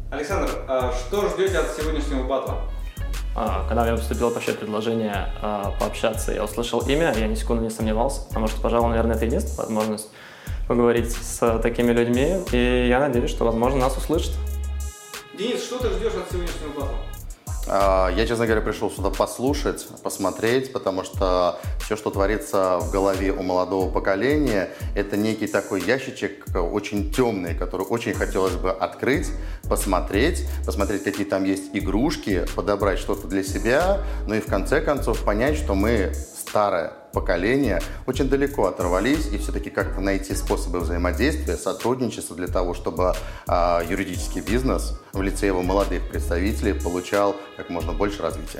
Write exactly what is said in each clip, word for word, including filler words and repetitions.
Александр, а что ждете от сегодняшнего батла? Когда мне поступило вообще предложение пообщаться, я услышал имя, я ни секунды не сомневался, потому что, пожалуй, наверное, это единственная возможность поговорить с такими людьми, и я надеюсь, что, возможно, нас услышат. Денис, что ты ждешь от сегодняшнего батла? Я, честно говоря, пришел сюда послушать, посмотреть, потому что все, что творится в голове у молодого поколения, это некий такой ящичек очень темный, который очень хотелось бы открыть, посмотреть, посмотреть, какие там есть игрушки, подобрать что-то для себя, ну и в конце концов понять, что мы старое поколение очень далеко оторвались, и все-таки как-то найти способы взаимодействия, сотрудничества для того, чтобы э, юридический бизнес в лице его молодых представителей получал как можно больше развития.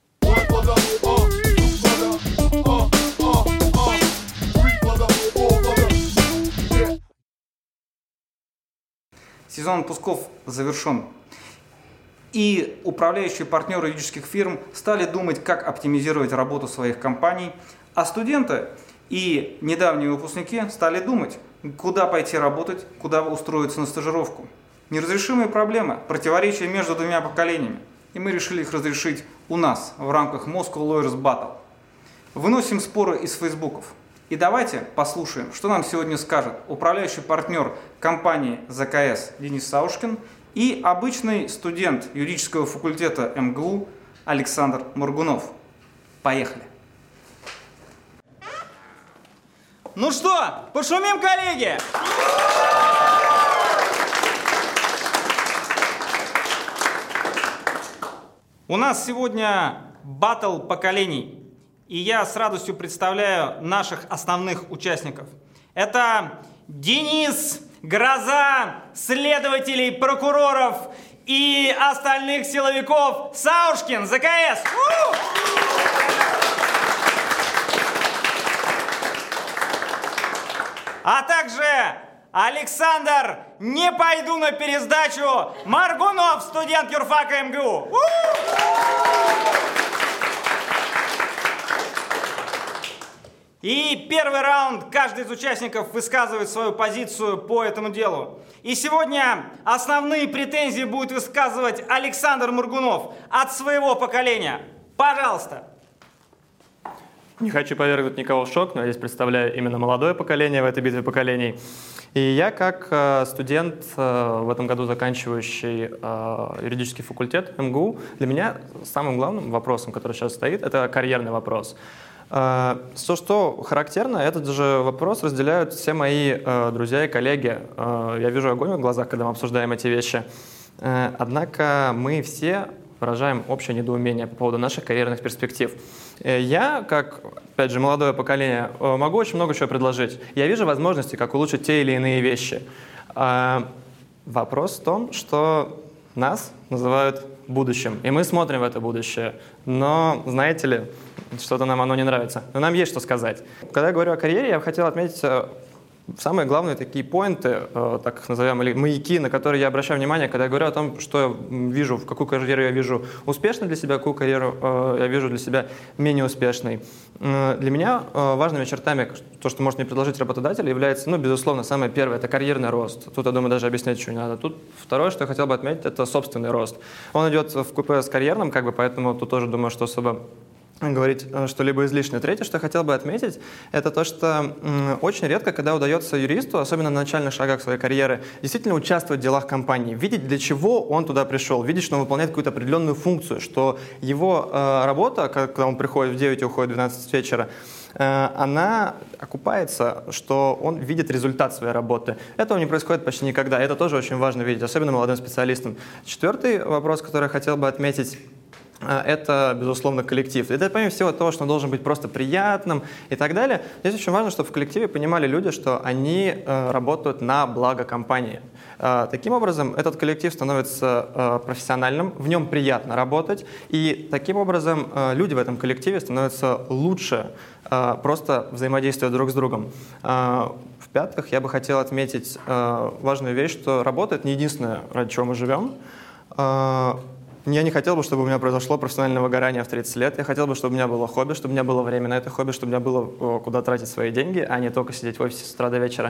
Сезон отпусков завершен. И управляющие партнеры юридических фирм стали думать, как оптимизировать работу своих компаний, а студенты и недавние выпускники стали думать, куда пойти работать, куда устроиться на стажировку. Неразрешимые проблемы, противоречия между двумя поколениями. И мы решили их разрешить у нас в рамках Moscow Lawyers Battle. Выносим споры из фейсбуков. И давайте послушаем, что нам сегодня скажет управляющий партнер компании зэ ка эс Денис Саушкин и обычный студент юридического факультета эм гэ у Александр Моргунов. Поехали! Ну что, пошумим, коллеги! У нас сегодня баттл поколений. И я с радостью представляю наших основных участников. Это Денис, гроза следователей, прокуроров и остальных силовиков Саушкин, зэ ка эс. А также Александр, не пойду на пересдачу, Моргунов, студент юрфака эм гэ у. И первый раунд, каждый из участников высказывает свою позицию по этому делу. И сегодня основные претензии будет высказывать Александр Моргунов от своего поколения. Пожалуйста. Не хочу повергнуть никого в шок, но я здесь представляю именно молодое поколение в этой битве поколений. И я, как э, студент, э, в этом году заканчивающий э, юридический факультет эм гэ у, для меня самым главным вопросом, который сейчас стоит, это карьерный вопрос. Э, то, что характерно, этот же вопрос разделяют все мои э, друзья и коллеги. Э, я вижу огонь в глазах, когда мы обсуждаем эти вещи. Э, однако мы все выражаем общее недоумение по поводу наших карьерных перспектив. Я, как, опять же, молодое поколение, могу очень много чего предложить. Я вижу возможности, как улучшить те или иные вещи. Вопрос в том, что нас называют будущим, и мы смотрим в это будущее. Но, знаете ли, что-то нам оно не нравится. Но нам есть что сказать. Когда я говорю о карьере, я хотел отметить самые главные такие поинты, так их назовем, или маяки, на которые я обращаю внимание, когда я говорю о том, что я вижу, в какую карьеру я вижу успешной для себя, какую карьеру я вижу для себя менее успешной. Для меня важными чертами, то, что может мне предложить работодатель, является, ну, безусловно, самое первое – это карьерный рост. Тут, я думаю, даже объяснять ничего не надо. Тут второе, что я хотел бы отметить, это собственный рост. Он идет в купе с карьерным, как бы, поэтому тут тоже думаю, что особо говорить что-либо излишнее. Третье, что я хотел бы отметить, это то, что м, очень редко, когда удается юристу, особенно на начальных шагах своей карьеры, действительно участвовать в делах компании, видеть, для чего он туда пришел, видеть, что он выполняет какую-то определенную функцию, что его э, работа, когда он приходит в девять и уходит в двенадцать вечера, э, она окупается, что он видит результат своей работы. Этого не происходит почти никогда. Это тоже очень важно видеть, особенно молодым специалистам. Четвертый вопрос, который я хотел бы отметить, это, безусловно, коллектив. Это, помимо всего того, что он должен быть просто приятным и так далее, здесь очень важно, чтобы в коллективе понимали люди, что они э, работают на благо компании. Э, таким образом, этот коллектив становится э, профессиональным, в нем приятно работать, и таким образом э, люди в этом коллективе становятся лучше, э, просто взаимодействуя друг с другом. Э, В-пятых, я бы хотел отметить э, важную вещь, что работа — это не единственное, ради чего мы живем. Э, я не хотел бы, чтобы у меня произошло профессиональное выгорание в тридцать лет. Я хотел бы, чтобы у меня было хобби, чтобы у меня было время на это хобби, чтобы у меня было куда тратить свои деньги, а не только сидеть в офисе с утра до вечера.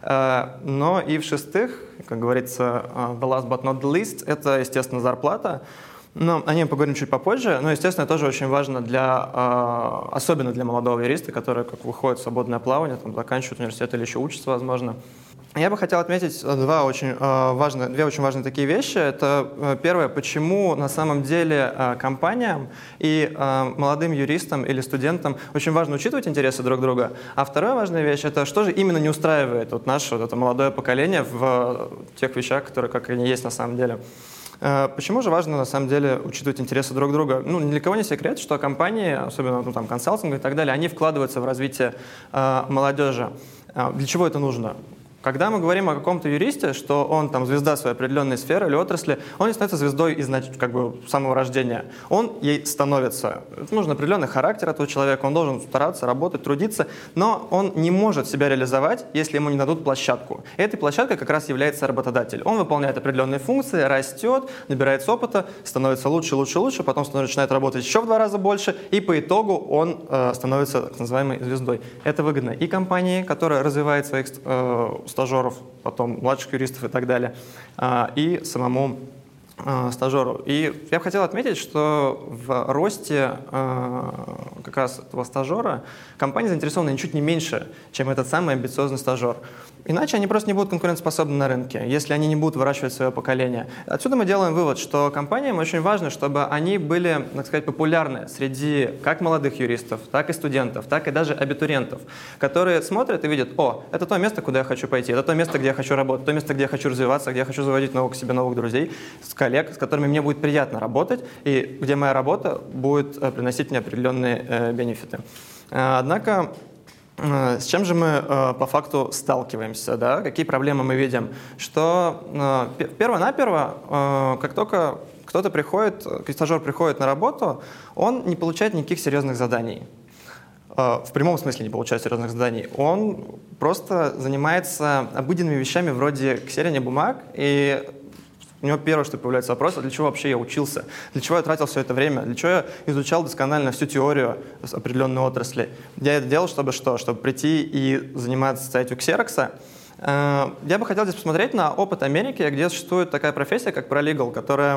Но и в-шестых, как говорится, the last but not the least, это, естественно, зарплата. Но о ней поговорим чуть попозже. Но, естественно, тоже очень важно для, особенно для молодого юриста, который как выходит в свободное плавание, там, заканчивает университет или еще учится, возможно. Я бы хотел отметить два очень, важные, две очень важные такие вещи. Это первое, почему на самом деле компаниям и молодым юристам или студентам очень важно учитывать интересы друг друга. А вторая важная вещь – это что же именно не устраивает вот наше вот это молодое поколение в тех вещах, которые как они есть на самом деле. Почему же важно, на самом деле, учитывать интересы друг друга? Ну, ни для кого не секрет, что компании, особенно ну, там, консалтинг и так далее, они вкладываются в развитие э, молодежи. Для чего это нужно? Когда мы говорим о каком-то юристе, что он там звезда своей определенной сферы или отрасли, он не становится звездой из как бы, самого рождения. Он ей становится. Нужен определенный характер этого человека, он должен стараться, работать, трудиться, но он не может себя реализовать, если ему не дадут площадку. И этой площадкой как раз является работодатель. Он выполняет определенные функции, растет, набирается опыта, становится лучше, лучше, лучше, потом начинает работать еще в два раза больше, и по итогу он э, становится так называемой звездой. Это выгодно и компании, которая развивает своих э, стажеров, потом младших юристов и так далее, и самому стажеру. И я бы хотел отметить, что в росте как раз этого стажера компании заинтересованы ничуть не меньше, чем этот самый амбициозный стажер. Иначе они просто не будут конкурентоспособны на рынке, если они не будут выращивать свое поколение. Отсюда мы делаем вывод, что компаниям очень важно, чтобы они были, так сказать, популярны среди как молодых юристов, так и студентов, так и даже абитуриентов, которые смотрят и видят: о, это то место, куда я хочу пойти, это то место, где я хочу работать, то место, где я хочу развиваться, где я хочу заводить новых себе новых друзей, коллег, с которыми мне будет приятно работать, и где моя работа будет приносить мне определенные э, бенефиты. Однако, с чем же мы э, по факту сталкиваемся, да? Какие проблемы мы видим? Что э, перво-наперво, э, как только кто-то приходит, стажер приходит на работу, он не получает никаких серьезных заданий. Э, в прямом смысле не получает серьезных заданий. Он просто занимается обыденными вещами вроде ксерения бумаг, и у него первое, что появляется вопрос: а для чего вообще я учился? Для чего я тратил все это время? Для чего я изучал досконально всю теорию определенной отрасли? Я это делал, чтобы что? Чтобы прийти и заниматься, стоять у ксерокса. Я бы хотел здесь посмотреть на опыт Америки, где существует такая профессия, как паралегал, которая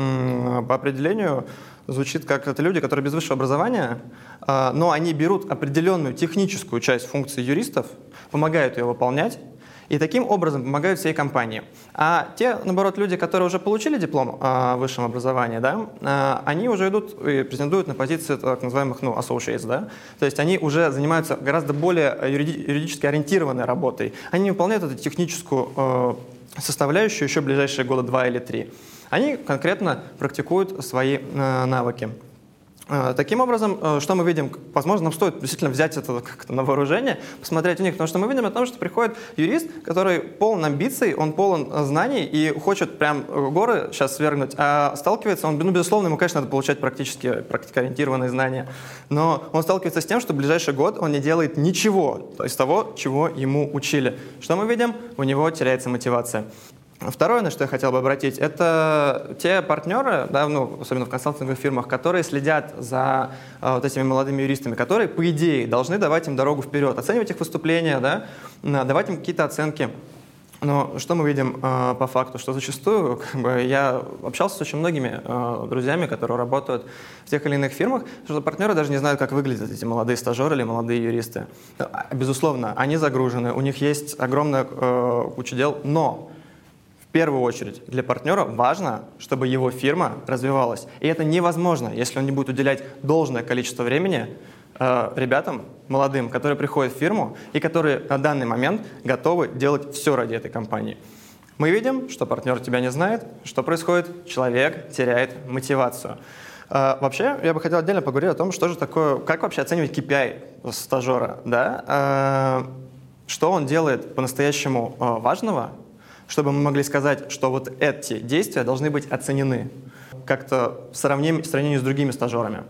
по определению звучит как это люди, которые без высшего образования, но они берут определенную техническую часть функций юристов, помогают ее выполнять, и таким образом помогают всей компании. А те, наоборот, люди, которые уже получили диплом о высшем образовании, да, они уже идут и претендуют на позиции так называемых ну, associates. Да? То есть они уже занимаются гораздо более юриди- юридически ориентированной работой. Они не выполняют эту техническую э, составляющую еще в ближайшие года два или три. Они конкретно практикуют свои э, навыки. Таким образом, что мы видим? Возможно, нам стоит действительно взять это как-то на вооружение, посмотреть у них, потому что мы видим о том, что приходит юрист, который полон амбиций, он полон знаний и хочет прям горы сейчас свергнуть, а сталкивается он, ну, безусловно, ему, конечно, надо получать практически, практикоориентированные знания, но он сталкивается с тем, что в ближайший год он не делает ничего из того, чего ему учили. Что мы видим? У него теряется мотивация. Второе, на что я хотел бы обратить, это те партнеры, да, ну, особенно в консалтинговых фирмах, которые следят за э, вот этими молодыми юристами, которые, по идее, должны давать им дорогу вперед, оценивать их выступления, да, давать им какие-то оценки. Но что мы видим э, по факту? Что зачастую, как бы, я общался с очень многими э, друзьями, которые работают в тех или иных фирмах, что партнеры даже не знают, как выглядят эти молодые стажеры или молодые юристы. Безусловно, они загружены, у них есть огромная э, куча дел, но в первую очередь для партнера важно, чтобы его фирма развивалась. И это невозможно, если он не будет уделять должное количество времени э, ребятам, молодым, которые приходят в фирму и которые на данный момент готовы делать все ради этой компании. Мы видим, что партнер тебя не знает, что происходит, человек теряет мотивацию. Э, вообще, я бы хотел отдельно поговорить о том, что же такое, как вообще оценивать кей пи ай стажера, да? э, что он делает по-настоящему э, важного, чтобы мы могли сказать, что вот эти действия должны быть оценены как-то в сравнении, в сравнении с другими стажерами.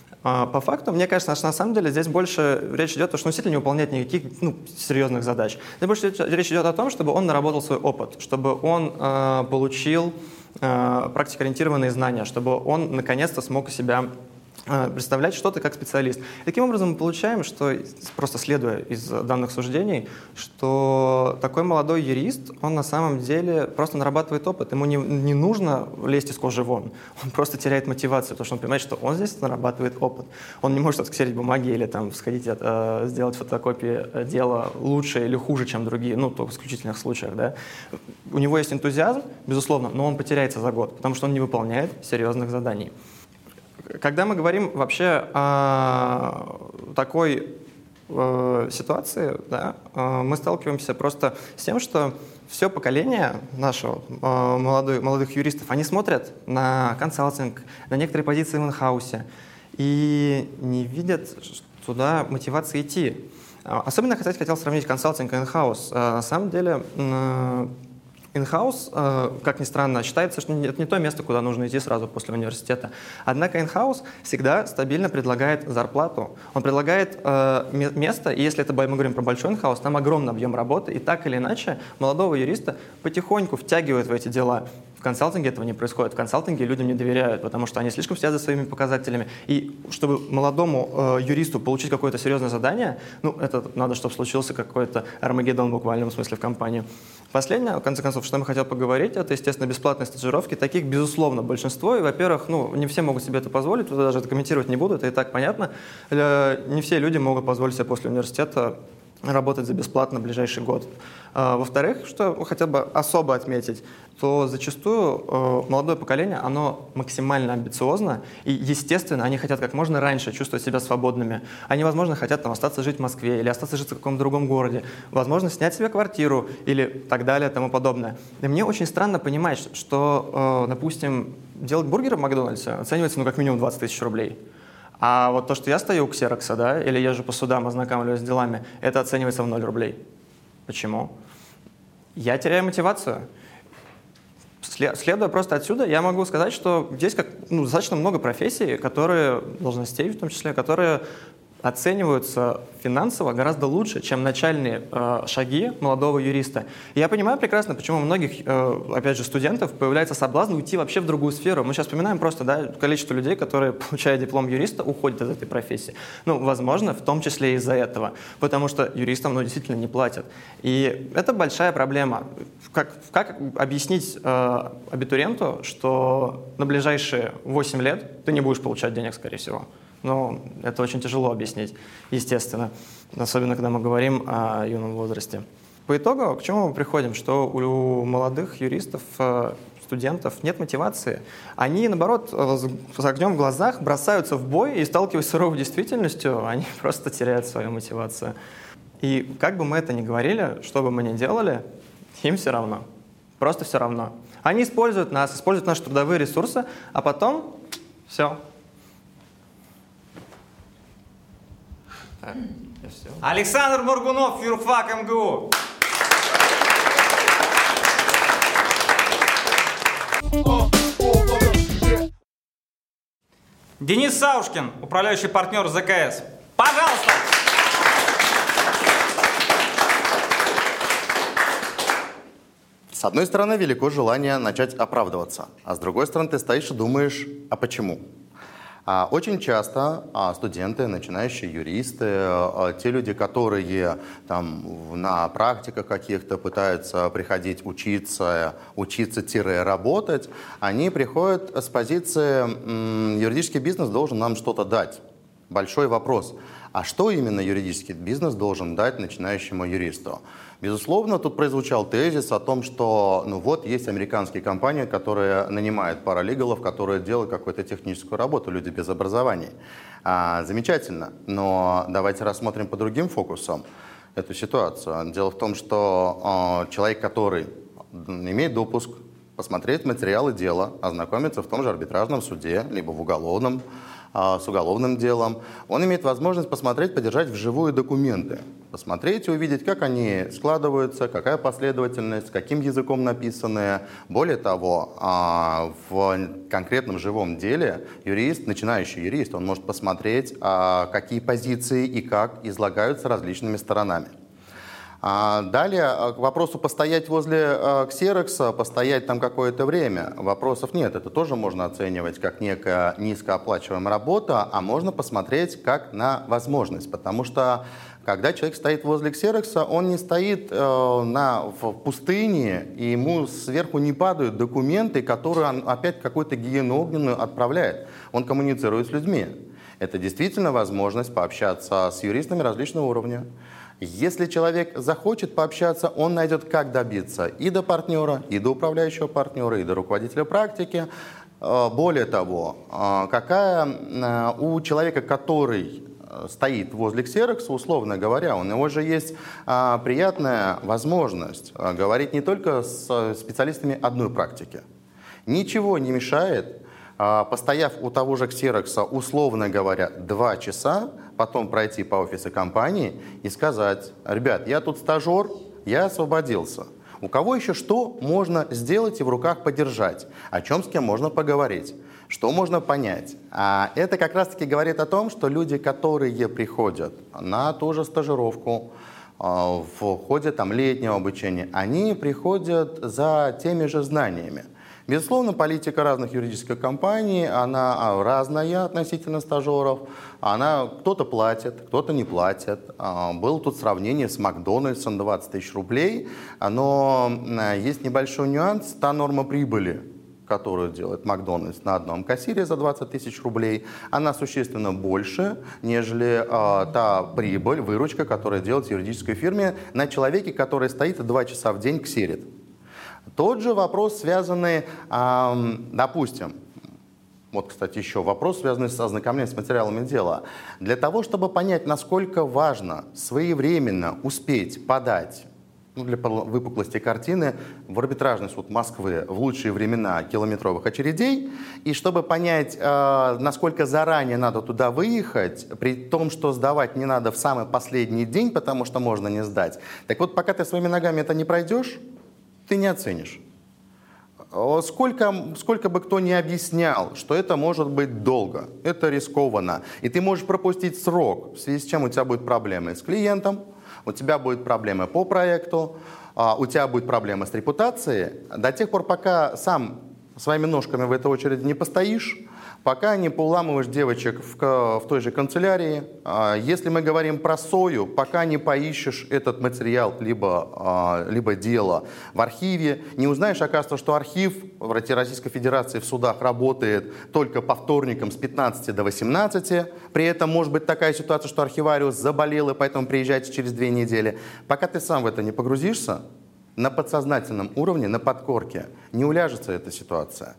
По факту, мне кажется, что на самом деле здесь больше речь идет о том, что он действительно не выполняет никаких ну, серьезных задач. Здесь больше речь идет о том, чтобы он наработал свой опыт, чтобы он э, получил э, практикоориентированные знания, чтобы он наконец-то смог себя представлять что-то как специалист. Таким образом, мы получаем, что, просто следуя из данных суждений, что такой молодой юрист, он на самом деле просто нарабатывает опыт. Ему не, не нужно лезть из кожи вон. Он просто теряет мотивацию, потому что он понимает, что он здесь нарабатывает опыт. Он не может отсксерить бумаги или там, сходить, э, сделать фотокопии дела лучше или хуже, чем другие, ну, только в исключительных случаях. Да? У него есть энтузиазм, безусловно, но он потеряется за год, потому что он не выполняет серьезных заданий. Когда мы говорим вообще о такой э, ситуации, да, э, мы сталкиваемся просто с тем, что все поколение нашего э, молодых, молодых юристов, они смотрят на консалтинг, на некоторые позиции в инхаусе и не видят туда мотивации идти. Особенно, кстати, хотел сравнить консалтинг и инхаус. На самом деле, э, инхаус, как ни странно, считается, что это не то место, куда нужно идти сразу после университета. Однако инхаус всегда стабильно предлагает зарплату. Он предлагает э, место, и если это мы говорим про большой инхаус, там огромный объем работы, и так или иначе молодого юриста потихоньку втягивают в эти дела. В консалтинге этого не происходит. В консалтинге людям не доверяют, потому что они слишком следят за своими показателями. И чтобы молодому э, юристу получить какое-то серьезное задание, ну, это надо, чтобы случился какой-то Армагеддон в буквальном смысле в компании. Последнее, в конце концов, что я хотел поговорить, это, естественно, бесплатные стажировки. Таких, безусловно, большинство. И, во-первых, ну, не все могут себе это позволить, вот даже это комментировать не буду, это и так понятно. Не все люди могут позволить себе после университета работать за бесплатно в ближайший год. А, во-вторых, что хотел бы особо отметить, то зачастую э, молодое поколение, оно максимально амбициозно, и, естественно, они хотят как можно раньше чувствовать себя свободными. Они, возможно, хотят там, остаться жить в Москве или остаться жить в каком-то другом городе, возможно, снять себе квартиру или так далее и тому подобное. И мне очень странно понимать, что, э, допустим, делать бургеры в Макдональдсе оценивается ну, как минимум двадцать тысяч рублей. А вот то, что я стою у ксерокса, да, или езжу по судам, ознакомливаюсь с делами, это оценивается в ноль рублей. Почему? Я теряю мотивацию. Следуя просто отсюда, я могу сказать, что здесь как, ну, достаточно много профессий, которые, должностей в том числе, которые оцениваются финансово гораздо лучше, чем начальные э, шаги молодого юриста. И я понимаю прекрасно, почему у многих, э, опять же, студентов появляется соблазн уйти вообще в другую сферу. Мы сейчас вспоминаем просто, да, количество людей, которые, получая диплом юриста, уходят из этой профессии. Ну, возможно, в том числе из-за этого, потому что юристам, ну, действительно не платят. И это большая проблема. Как, как объяснить э, абитуриенту, что на ближайшие восемь лет ты не будешь получать денег, скорее всего? Ну, это очень тяжело объяснить, естественно, особенно когда мы говорим о юном возрасте. По итогу, к чему мы приходим? Что у молодых юристов, студентов нет мотивации. Они, наоборот, с огнем в глазах бросаются в бой и, сталкиваясь с суровой действительностью, они просто теряют свою мотивацию. И как бы мы это ни говорили, что бы мы ни делали, им все равно. Просто все равно. Они используют нас, используют наши трудовые ресурсы, а потом все. Александр Моргунов, юрфак эм гэ у. Денис Саушкин, управляющий партнер зэ ка эс. Пожалуйста! С одной стороны, велико желание начать оправдываться, а с другой стороны, ты стоишь и думаешь, а почему? Очень часто студенты, начинающие юристы, те люди, которые там, на практиках каких-то пытаются приходить учиться, учиться-работать, они приходят с позиции «юридический бизнес должен нам что-то дать». Большой вопрос. А что именно юридический бизнес должен дать начинающему юристу? Безусловно, тут прозвучал тезис о том, что ну вот есть американские компании, которые нанимают паралигалов, которые делают какую-то техническую работу, люди без образований. А, замечательно, но давайте рассмотрим по другим фокусам эту ситуацию. Дело в том, что э, человек, который имеет допуск посмотреть материалы дела, ознакомиться в том же арбитражном суде, либо в уголовном, с уголовным делом, он имеет возможность посмотреть, подержать вживую документы, посмотреть и увидеть, как они складываются, какая последовательность, каким языком написаны. Более того, в конкретном живом деле юрист, начинающий юрист, он может посмотреть, какие позиции и как излагаются различными сторонами. А далее, к вопросу постоять возле ксерокса, постоять там какое-то время, вопросов нет. Это тоже можно оценивать как некая низкооплачиваемая работа, а можно посмотреть как на возможность. Потому что, когда человек стоит возле ксерокса, он не стоит э, на, в пустыне, и ему сверху не падают документы, которые он опять в какую-то гиену огненную отправляет. Он коммуницирует с людьми. Это действительно возможность пообщаться с юристами различного уровня. Если человек захочет пообщаться, он найдет, как добиться и до партнера, и до управляющего партнера, и до руководителя практики. Более того, какая у человека, который стоит возле ксерокса, условно говоря, у него же есть приятная возможность говорить не только с специалистами одной практики. Ничего не мешает, постояв у того же ксерокса, условно говоря, два часа, потом пройти по офису компании и сказать: ребят, я тут стажер, я освободился. У кого еще что можно сделать и в руках подержать? О чем с кем можно поговорить? Что можно понять? А это как раз-таки говорит о том, что люди, которые приходят на ту же стажировку, в ходе там, летнего обучения, они приходят за теми же знаниями. Безусловно, политика разных юридических компаний, она разная относительно стажеров. Она, кто-то платит, кто-то не платит. Было тут сравнение с Макдональдсом, двадцать тысяч рублей. Но есть небольшой нюанс. Та норма прибыли, которую делает Макдональдс на одном кассире за двадцать тысяч рублей, она существенно больше, нежели э, та прибыль, выручка, которая делает юридической фирме на человеке, который стоит два часа в день ксерит. Тот же вопрос, связанный, э, допустим, вот, кстати, еще вопрос, связанный с ознакомлением с материалами дела. Для того, чтобы понять, насколько важно своевременно успеть подать, ну, для выпуклости картины, в арбитражный суд Москвы в лучшие времена километровых очередей, и чтобы понять, э, насколько заранее надо туда выехать, при том, что сдавать не надо в самый последний день, потому что можно не сдать. Так вот, пока ты своими ногами это не пройдешь, ты не оценишь. Сколько, сколько бы кто ни объяснял, что это может быть долго, это рискованно, и ты можешь пропустить срок, в связи с чем у тебя будут проблемы с клиентом, у тебя будут проблемы по проекту, у тебя будет проблема с репутацией, до тех пор, пока сам своими ножками в этой очереди не постоишь, пока не поуламываешь девочек в, в той же канцелярии. Если мы говорим про сою, пока не поищешь этот материал, либо, либо дело в архиве, не узнаешь, оказывается, что архив в Российской Федерации в судах работает только по вторникам с пятнадцати до восемнадцати. При этом может быть такая ситуация, что архивариус заболел, и поэтому приезжайте через две недели. Пока ты сам в это не погрузишься, на подсознательном уровне, на подкорке, не уляжется эта ситуация.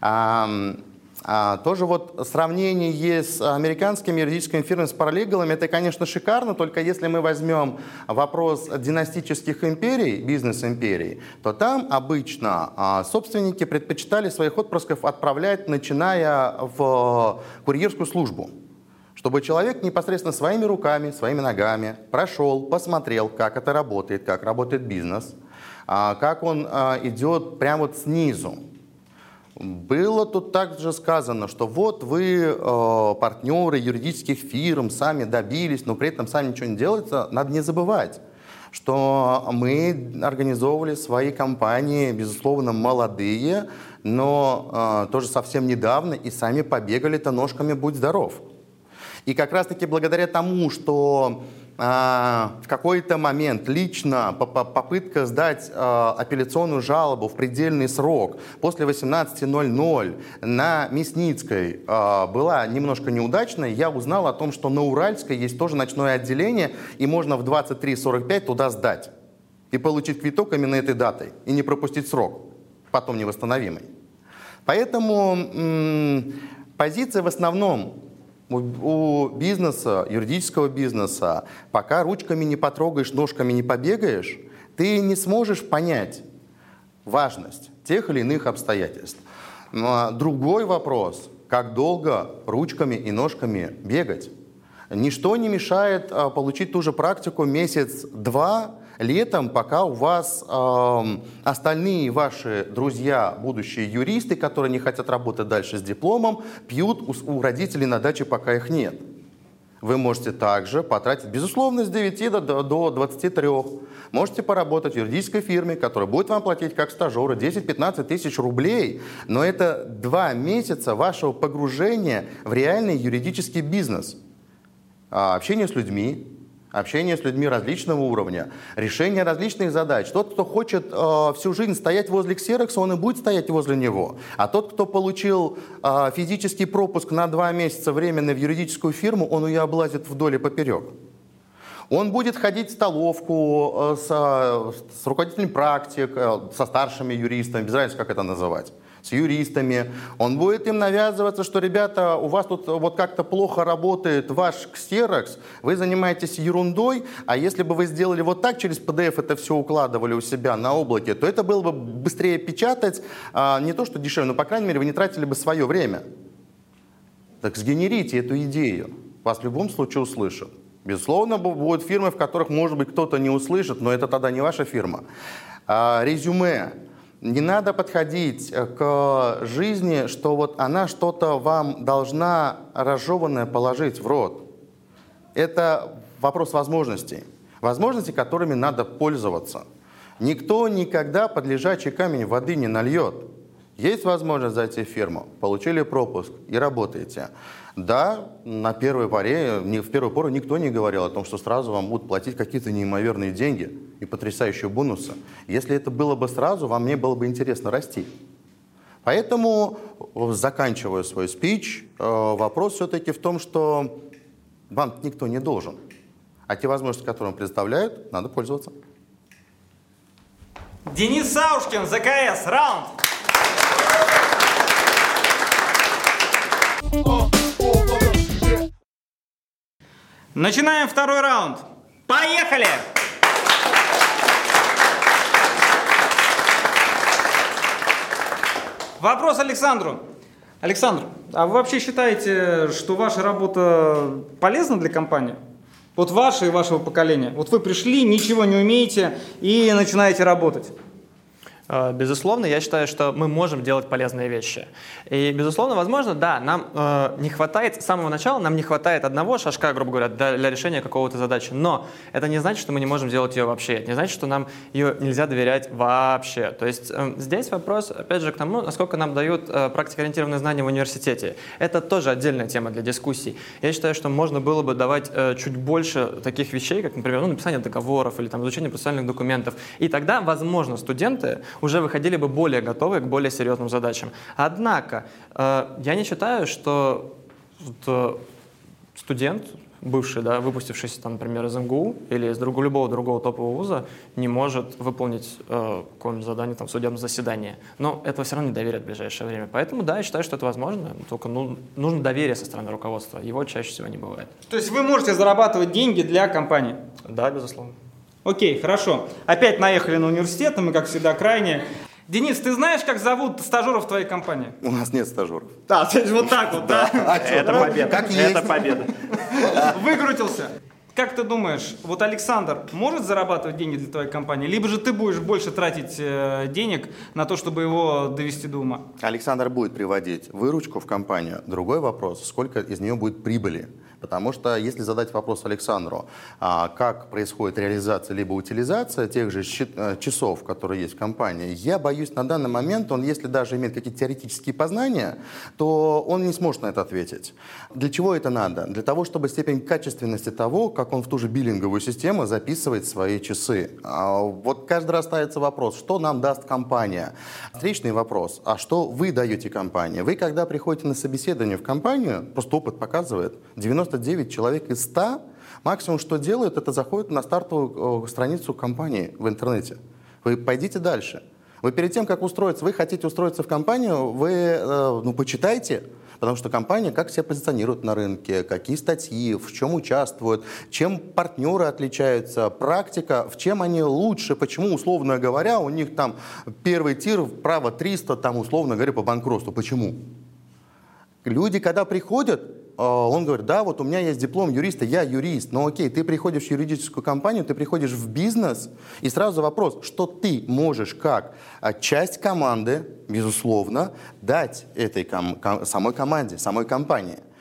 А, тоже вот сравнение с американскими юридическими фирмами, с паралегалами, это, конечно, шикарно, только если мы возьмем вопрос династических империй, бизнес-империй, то там обычно а, собственники предпочитали своих отпрысков отправлять, начиная в курьерскую службу, чтобы человек непосредственно своими руками, своими ногами прошел, посмотрел, как это работает, как работает бизнес, а, как он а, идет прямо вот снизу. Было тут также сказано, что вот вы, э, партнеры юридических фирм, сами добились, но при этом сами ничего не делаете. Надо не забывать, что мы организовывали свои компании, безусловно, молодые, но э, тоже совсем недавно и сами побегали-то ножками «Будь здоров». И как раз-таки благодаря тому, что в какой-то момент лично попытка сдать апелляционную жалобу в предельный срок после восемнадцати ноль-ноль на Мясницкой была немножко неудачной, я узнал о том, что на Уральской есть тоже ночное отделение, и можно в двадцать три сорок пять туда сдать и получить квиток именно этой датой, и не пропустить срок, потом невосстановимый. Поэтому м- позиция в основном у бизнеса, юридического бизнеса, пока ручками не потрогаешь, ножками не побегаешь, ты не сможешь понять важность тех или иных обстоятельств. Но другой вопрос, как долго ручками и ножками бегать. Ничто не мешает а, получить ту же практику месяц-два летом, пока у вас э, остальные ваши друзья, будущие юристы, которые не хотят работать дальше с дипломом, пьют у, у родителей на даче, пока их нет. Вы можете также потратить, безусловно, с девяти до двадцати трёх. Можете поработать в юридической фирме, которая будет вам платить как стажеры десять-пятнадцать тысяч рублей. Но это два месяца вашего погружения в реальный юридический бизнес. Общение с людьми, общение с людьми различного уровня, решение различных задач. Тот, кто хочет э, всю жизнь стоять возле ксерокса, он и будет стоять возле него. А тот, кто получил э, физический пропуск на два месяца временно в юридическую фирму, он ее облазит вдоль и поперек. Он будет ходить в столовку э, с, с руководителем практик, э, со старшими юристами, без разницы, как это называть, с юристами. Он будет им навязываться, что, ребята, у вас тут вот как-то плохо работает ваш ксерокс, вы занимаетесь ерундой, а если бы вы сделали вот так, через пи ди эф это все укладывали у себя на облаке, то это было бы быстрее печатать, а, не то что дешевле, но, по крайней мере, вы не тратили бы свое время. Так сгенерите эту идею, вас в любом случае услышат. Безусловно, будут фирмы, в которых, может быть, кто-то не услышит, но это тогда не ваша фирма. А, резюме. Не надо подходить к жизни, что вот она что-то вам должна разжеванное положить в рот. Это вопрос возможностей. Возможностей, которыми надо пользоваться. Никто никогда под лежачий камень воды не нальет. Есть возможность зайти в фирму, получили пропуск и работаете. Да, на первой поре, в первую пору никто не говорил о том, что сразу вам будут платить какие-то неимоверные деньги и потрясающие бонусы. Если это было бы сразу, вам не было бы интересно расти. Поэтому, заканчивая свой спич, вопрос все-таки в том, что вам никто не должен. А те возможности, которые он предоставляет, надо пользоваться. Денис Саушкин, зэ ка эс, раунд! Начинаем второй раунд. Поехали! Вопрос Александру. Александр, а вы вообще считаете, что ваша работа полезна для компании? Вот ваша и вашего поколения. Вот вы пришли, ничего не умеете и начинаете работать. Безусловно, я считаю, что мы можем делать полезные вещи. И, безусловно, возможно, да, нам э, не хватает, с самого начала нам не хватает одного шажка, грубо говоря, для, для решения какого-то задачи. Но это не значит, что мы не можем делать ее вообще. Это не значит, что нам ее нельзя доверять вообще. То есть э, здесь вопрос, опять же, к тому, насколько нам дают э, практикоориентированные знания в университете. Это тоже отдельная тема для дискуссий. Я считаю, что можно было бы давать э, чуть больше таких вещей, как, например, ну, написание договоров или там, изучение процессуальных документов. И тогда, возможно, студенты уже выходили бы более готовые к более серьезным задачам. Однако, э, я не считаю, что вот, студент, бывший, да, выпустившийся, там, например, из эм гэ у или из друг, любого другого топового вуза, не может выполнить э, какое-нибудь задание там, в судебном заседании. Но этого все равно не доверят в ближайшее время. Поэтому, да, я считаю, что это возможно, только ну, нужно доверие со стороны руководства. Его чаще всего не бывает. То есть вы можете зарабатывать деньги для компании? Да, безусловно. Окей, хорошо. Опять наехали на университет, мы, как всегда, крайне. Денис, ты знаешь, как зовут стажеров в твоей компании? У нас нет стажеров. Да, то есть вот так вот, да? Это победа. Как есть. Это победа. Выкрутился. Как ты думаешь, вот Александр может зарабатывать деньги для твоей компании, либо же ты будешь больше тратить э, денег на то, чтобы его довести до ума? Александр будет приводить выручку в компанию. Другой вопрос, сколько из нее будет прибыли. Потому что если задать вопрос Александру, а, как происходит реализация либо утилизация тех же часов, которые есть в компании, я боюсь, на данный момент он, если даже имеет какие-то теоретические познания, то он не сможет на это ответить. Для чего это надо? Для того, чтобы степень качественности того, как он в ту же биллинговую систему записывает свои часы. А вот каждый раз ставится вопрос, что нам даст компания? Встречный вопрос, а что вы даете компании? Вы, когда приходите на собеседование в компанию, просто опыт показывает, девяносто девять человек из ста максимум, что делают, это заходят на стартовую страницу компании в интернете. Вы пойдите дальше. Вы перед тем, как устроиться, вы хотите устроиться в компанию, вы ну, почитайте, потому что компания как себя позиционирует на рынке, какие статьи, в чем участвуют, чем партнеры отличаются, практика, в чем они лучше, почему, условно говоря, у них там первый тир, право триста, там, условно говоря, по банкротству. Почему? Люди, когда приходят, он говорит, да, вот у меня есть диплом юриста, я юрист. Но окей, ты приходишь в юридическую компанию, ты приходишь в бизнес, и сразу вопрос, что ты можешь как часть команды, безусловно, дать этой ком- ком- самой команде, самой компании.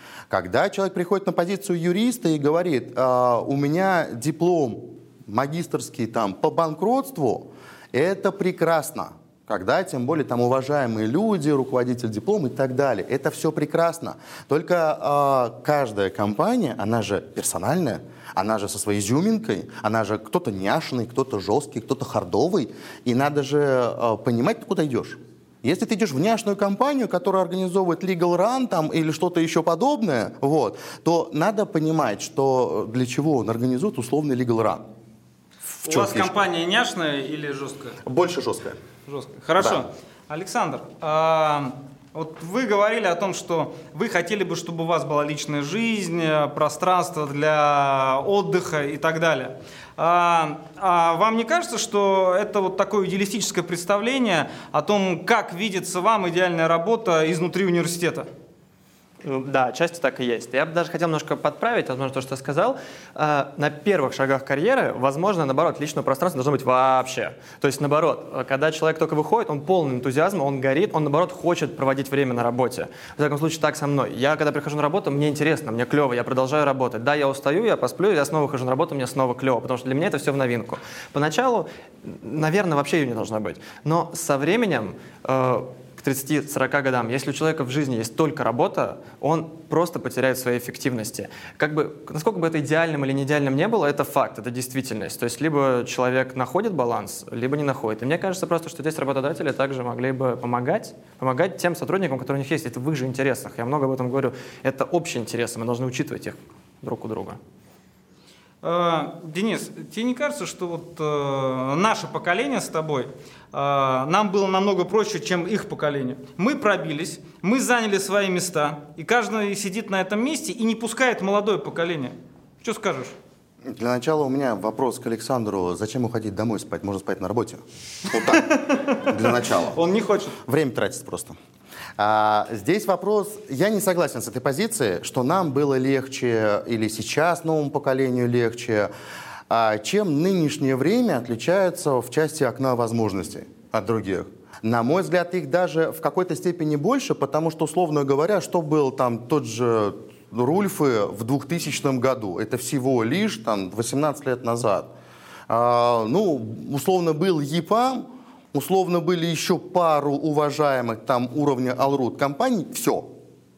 Когда человек приходит на позицию юриста и говорит, а, у меня диплом магистерский там, по банкротству, это прекрасно. Когда, тем более, там уважаемые люди, руководитель диплома и так далее. Это все прекрасно. Только э, каждая компания, она же персональная, она же со своей изюминкой, она же кто-то няшный, кто-то жесткий, кто-то хардовый. И надо же э, понимать, ты куда идешь. Если ты идешь в няшную компанию, которая организовывает legal run там, или что-то еще подобное, вот, то надо понимать, что для чего он организует условный legal run. У вас фишка? Компания няшная или жесткая? Больше жесткая. Жестко. Хорошо. Да. Александр, а, вот вы говорили о том, что вы хотели бы, чтобы у вас была личная жизнь, пространство для отдыха и так далее. А, а вам не кажется, что это вот такое идеалистическое представление о том, как видится вам идеальная работа изнутри университета? Да, отчасти так и есть. Я бы даже хотел немножко подправить, возможно, то, что я сказал. На первых шагах карьеры, возможно, наоборот, личного пространства должно быть вообще. То есть, наоборот, когда человек только выходит, он полный энтузиазма, он горит, он, наоборот, хочет проводить время на работе. В таком случае, так со мной. Я, когда прихожу на работу, мне интересно, мне клево, я продолжаю работать. Да, я устаю, я посплю, я снова хожу на работу, мне снова клево, потому что для меня это все в новинку. Поначалу, наверное, вообще ее не должно быть. Но со временем... к тридцати-сорока годам, если у человека в жизни есть только работа, он просто потеряет в своей эффективности. Как бы, насколько бы это идеальным или не идеальным не было, это факт, это действительность. То есть либо человек находит баланс, либо не находит. И мне кажется просто, что здесь работодатели также могли бы помогать, помогать тем сотрудникам, которые у них есть. Это в их же интересах. Я много об этом говорю. Это общие интересы, мы должны учитывать их друг у друга. Денис, тебе не кажется, что вот э, наше поколение с тобой, э, нам было намного проще, чем их поколение? Мы пробились, мы заняли свои места, и каждый сидит на этом месте и не пускает молодое поколение. Что скажешь? Для начала у меня вопрос к Александру. Зачем уходить домой спать? Можно спать на работе. Вот так. Для начала. Он не хочет. Время тратить просто. А, здесь вопрос, я не согласен с этой позицией, что нам было легче или сейчас новому поколению легче, а, чем нынешнее время отличается в части окна возможностей от других. На мой взгляд, их даже в какой-то степени больше, потому что, условно говоря, что был там тот же Рульфы в двухтысячном году, это всего лишь там восемнадцать лет назад. А, ну, условно был ЕПАМ, условно были еще пару уважаемых там уровня Allroot компаний, все.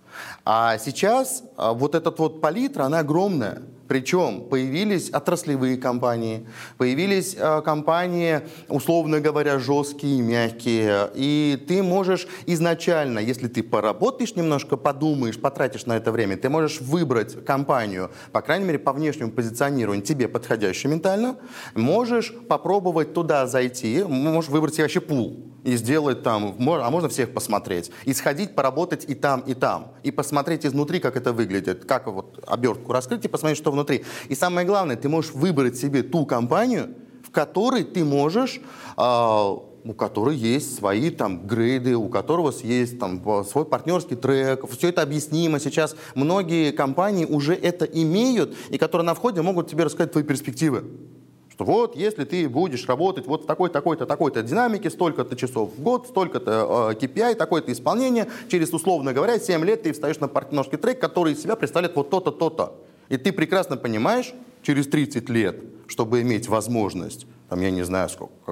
А сейчас а, вот эта вот палитра, она огромная. Причем появились отраслевые компании, появились э, компании, условно говоря, жесткие, мягкие. И ты можешь изначально, если ты поработаешь немножко, подумаешь, потратишь на это время, ты можешь выбрать компанию, по крайней мере, по внешнему позиционированию, тебе подходящую ментально. Можешь попробовать туда зайти, можешь выбрать себе вообще пул и сделать там, а можно всех посмотреть. И сходить, поработать и там, и там. И посмотреть изнутри, как это выглядит, как вот обертку раскрыть и посмотреть, что внутри. И самое главное, ты можешь выбрать себе ту компанию, в которой ты можешь, э, у которой есть свои там грейды, у которого есть там свой партнерский трек. Все это объяснимо. Сейчас многие компании уже это имеют, и которые на входе могут тебе рассказать твои перспективы. Что вот, если ты будешь работать вот в такой, такой-то, такой-то динамике, столько-то часов в год, столько-то э, кей пи ай, такое-то исполнение, через, условно говоря, семь лет ты встаешь на партнерский трек, который из себя представляет вот то-то, то-то. И ты прекрасно понимаешь, через тридцать лет, чтобы иметь возможность, там, я не знаю, сколько, как...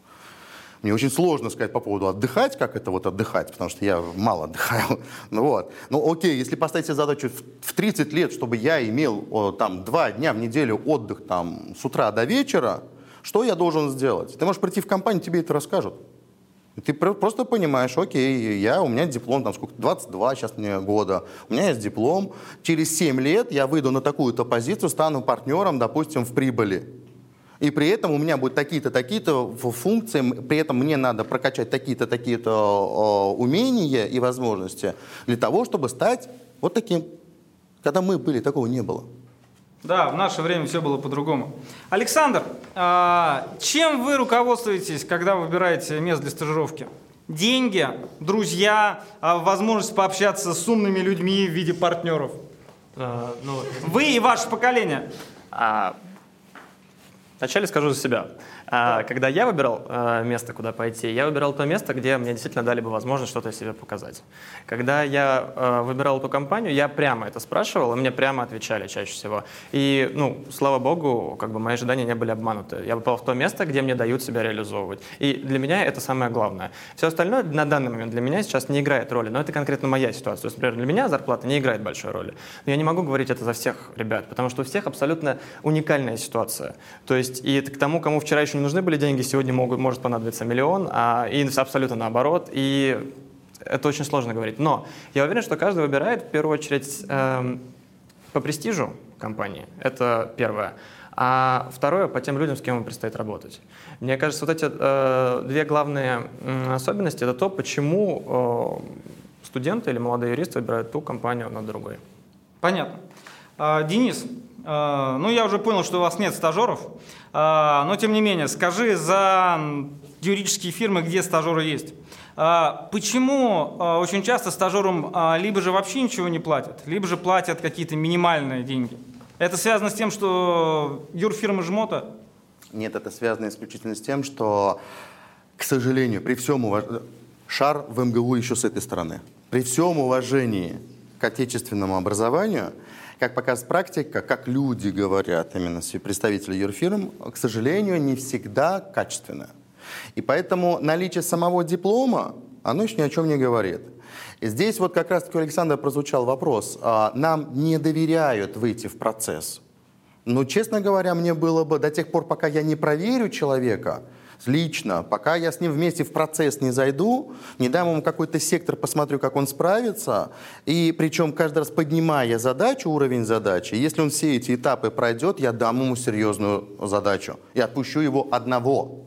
Мне очень сложно сказать по поводу отдыхать, как это вот отдыхать, потому что я мало отдыхаю. Ну вот. Ну окей, если поставить себе задачу в тридцать лет, чтобы я имел о, там два дня в неделю отдых там с утра до вечера, что я должен сделать? Ты можешь прийти в компанию, тебе это расскажут. И ты просто понимаешь, окей, я, у меня диплом, там сколько, двадцать два сейчас мне года, у меня есть диплом, через семь лет я выйду на такую-то позицию, стану партнером, допустим, в прибыли. И при этом у меня будут такие-то, такие-то функции, при этом мне надо прокачать такие-то, такие-то умения и возможности для того, чтобы стать вот таким. Когда мы были, такого не было. Да, в наше время все было по-другому. Александр, а чем вы руководствуетесь, когда выбираете место для стажировки? Деньги, друзья, возможность пообщаться с умными людьми в виде партнеров? А, ну, вы и ваше поколение. А... Вначале скажу за себя. А, когда я выбирал а, место, куда пойти, я выбирал то место, где мне действительно дали бы возможность что-то себе показать. Когда я а, выбирал эту компанию, я прямо это спрашивал, и мне прямо отвечали чаще всего. И, ну, слава богу, как бы мои ожидания не были обмануты. Я попал в то место, где мне дают себя реализовывать. И для меня это самое главное. Все остальное на данный момент для меня сейчас не играет роли, но это конкретно моя ситуация. То есть, например, для меня зарплата не играет большой роли. Но я не могу говорить это за всех ребят, потому что у всех абсолютно уникальная ситуация. То есть и к тому, кому вчера еще не нужны были деньги, сегодня могут, может понадобиться миллион, а и абсолютно наоборот. И это очень сложно говорить. Но я уверен, что каждый выбирает в первую очередь эм, по престижу компании. Это первое. А второе, по тем людям, с кем им предстоит работать. Мне кажется, вот эти э, две главные э, особенности – это то, почему э, студенты или молодые юристы выбирают ту компанию над другой. Понятно. А, Денис, а, ну я уже понял, что у вас нет стажеров, а, но тем не менее, скажи за юридические фирмы, где стажеры есть. А, почему а, очень часто стажерам а, либо же вообще ничего не платят, либо же платят какие-то минимальные деньги? Это связано с тем, что юрфирмы жмота? Нет, это связано исключительно с тем, что, к сожалению, при всем уважении, шар в эм гэ у еще с этой стороны, при всем уважении к отечественному образованию, как показывает практика, как люди говорят, именно представители юрфирм, к сожалению, не всегда качественно. И поэтому наличие самого диплома, оно еще ни о чем не говорит. И здесь вот как раз-таки у Александра прозвучал вопрос. Нам не доверяют выйти в процесс. Но, честно говоря, мне было бы до тех пор, пока я не проверю человека лично, пока я с ним вместе в процесс не зайду, не дам ему какой-то сектор, посмотрю, как он справится, и причем каждый раз поднимая задачу, уровень задачи, если он все эти этапы пройдет, я дам ему серьезную задачу и отпущу его одного.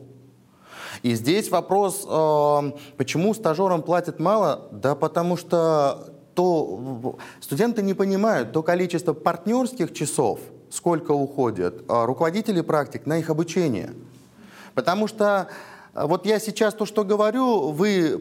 И здесь вопрос, э, почему стажерам платят мало? Да потому что то, студенты не понимают то количество партнерских часов, сколько уходит, а руководителей практик на их обучение. Потому что вот я сейчас то, что говорю, вы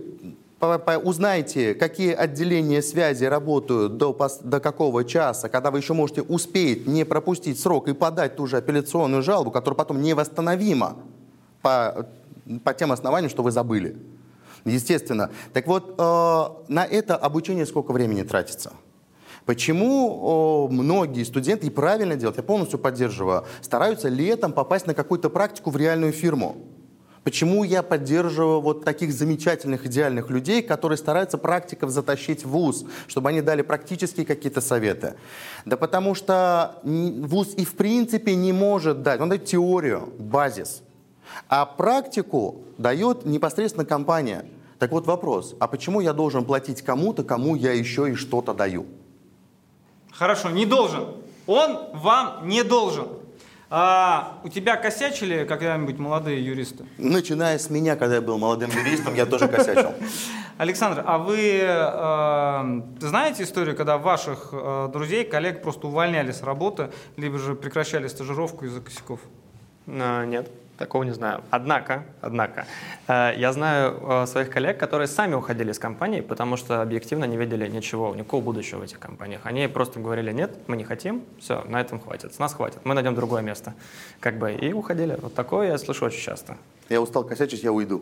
узнаете, какие отделения связи работают до, до какого часа, когда вы еще можете успеть не пропустить срок и подать ту же апелляционную жалобу, которая потом невосстановима по, по тем основаниям, что вы забыли. Естественно. Так вот, э, на это обучение сколько времени тратится? Почему о, многие студенты, и правильно делают, я полностью поддерживаю, стараются летом попасть на какую-то практику в реальную фирму? Почему я поддерживаю вот таких замечательных, идеальных людей, которые стараются практиков затащить в вуз, чтобы они дали практические какие-то советы? Да потому что вуз и в принципе не может дать, он дает теорию, базис, а практику дает непосредственно компания. Так вот вопрос, а почему я должен платить кому-то, кому я еще и что-то даю? Хорошо, не должен. Он вам не должен. А у тебя косячили когда-нибудь молодые юристы? Начиная с меня, когда я был молодым юристом, я тоже косячил. Александр, а вы э, знаете историю, когда ваших э, друзей, коллег просто увольняли с работы, либо же прекращали стажировку из-за косяков? А, нет. Такого не знаю. Однако, однако, э, я знаю э, своих коллег, которые сами уходили из компании, потому что объективно не видели ничего, никакого будущего в этих компаниях. Они просто говорили: нет, мы не хотим, все, на этом хватит, с нас хватит, мы найдем другое место. Как бы, и уходили. Вот такое я слышу очень часто. Я устал косячить, я уйду.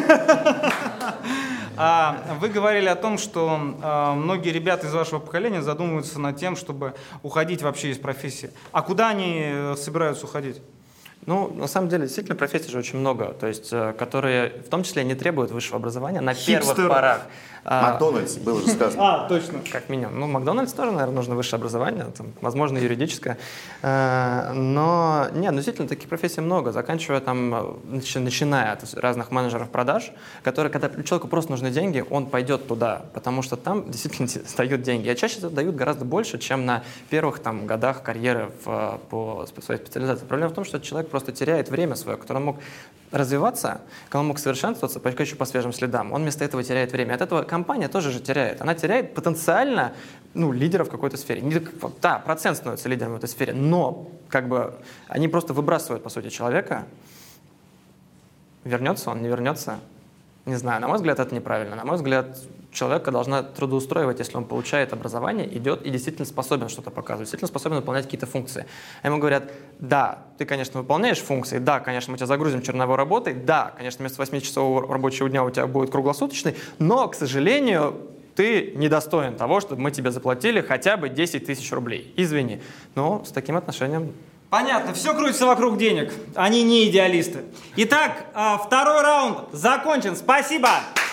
Вы говорили о том, что многие ребята из вашего поколения задумываются над тем, чтобы уходить вообще из профессии. А куда они собираются уходить? Ну, на самом деле, действительно, профессий же очень много, то есть, которые в том числе не требуют высшего образования на первых порах. Макдональдс, было же сказано. А, точно. Как минимум. Ну, Макдональдс тоже, наверное, нужно высшее образование, там, возможно, юридическое. Но, нет, ну, действительно, таких профессий много, заканчивая там, начиная от разных менеджеров продаж, которые, когда человеку просто нужны деньги, он пойдет туда, потому что там действительно дают деньги. А чаще дают гораздо больше, чем на первых там годах карьеры в, по своей специализации. Проблема в том, что человек просто теряет время свое, которое он мог развиваться, когда он мог совершенствоваться, пока еще по свежим следам. Он вместо этого теряет время. От этого компания тоже же теряет. Она теряет потенциально, ну, лидера в какой-то сфере. Не, да, процент становится лидером в этой сфере, но как бы они просто выбрасывают, по сути, человека. Вернется он, не вернется. Не знаю, на мой взгляд, это неправильно. На мой взгляд, человека должна трудоустроивать, если он получает образование, идет и действительно способен что-то показывать, действительно способен выполнять какие-то функции. А ему говорят, да, ты, конечно, выполняешь функции, да, конечно, мы тебя загрузим черновой работой, да, конечно, вместо восьмичасового рабочего дня у тебя будет круглосуточный, но, к сожалению, ты недостоин того, чтобы мы тебе заплатили хотя бы десять тысяч рублей. Извини. Но с таким отношением... Понятно, все крутится вокруг денег. Они не идеалисты. Итак, второй раунд закончен. Спасибо!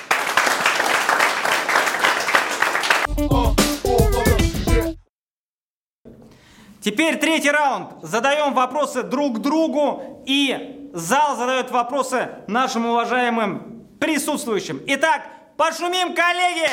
Теперь третий раунд. Задаем вопросы друг другу, и зал задает вопросы нашим уважаемым присутствующим. Итак, пошумим, коллеги!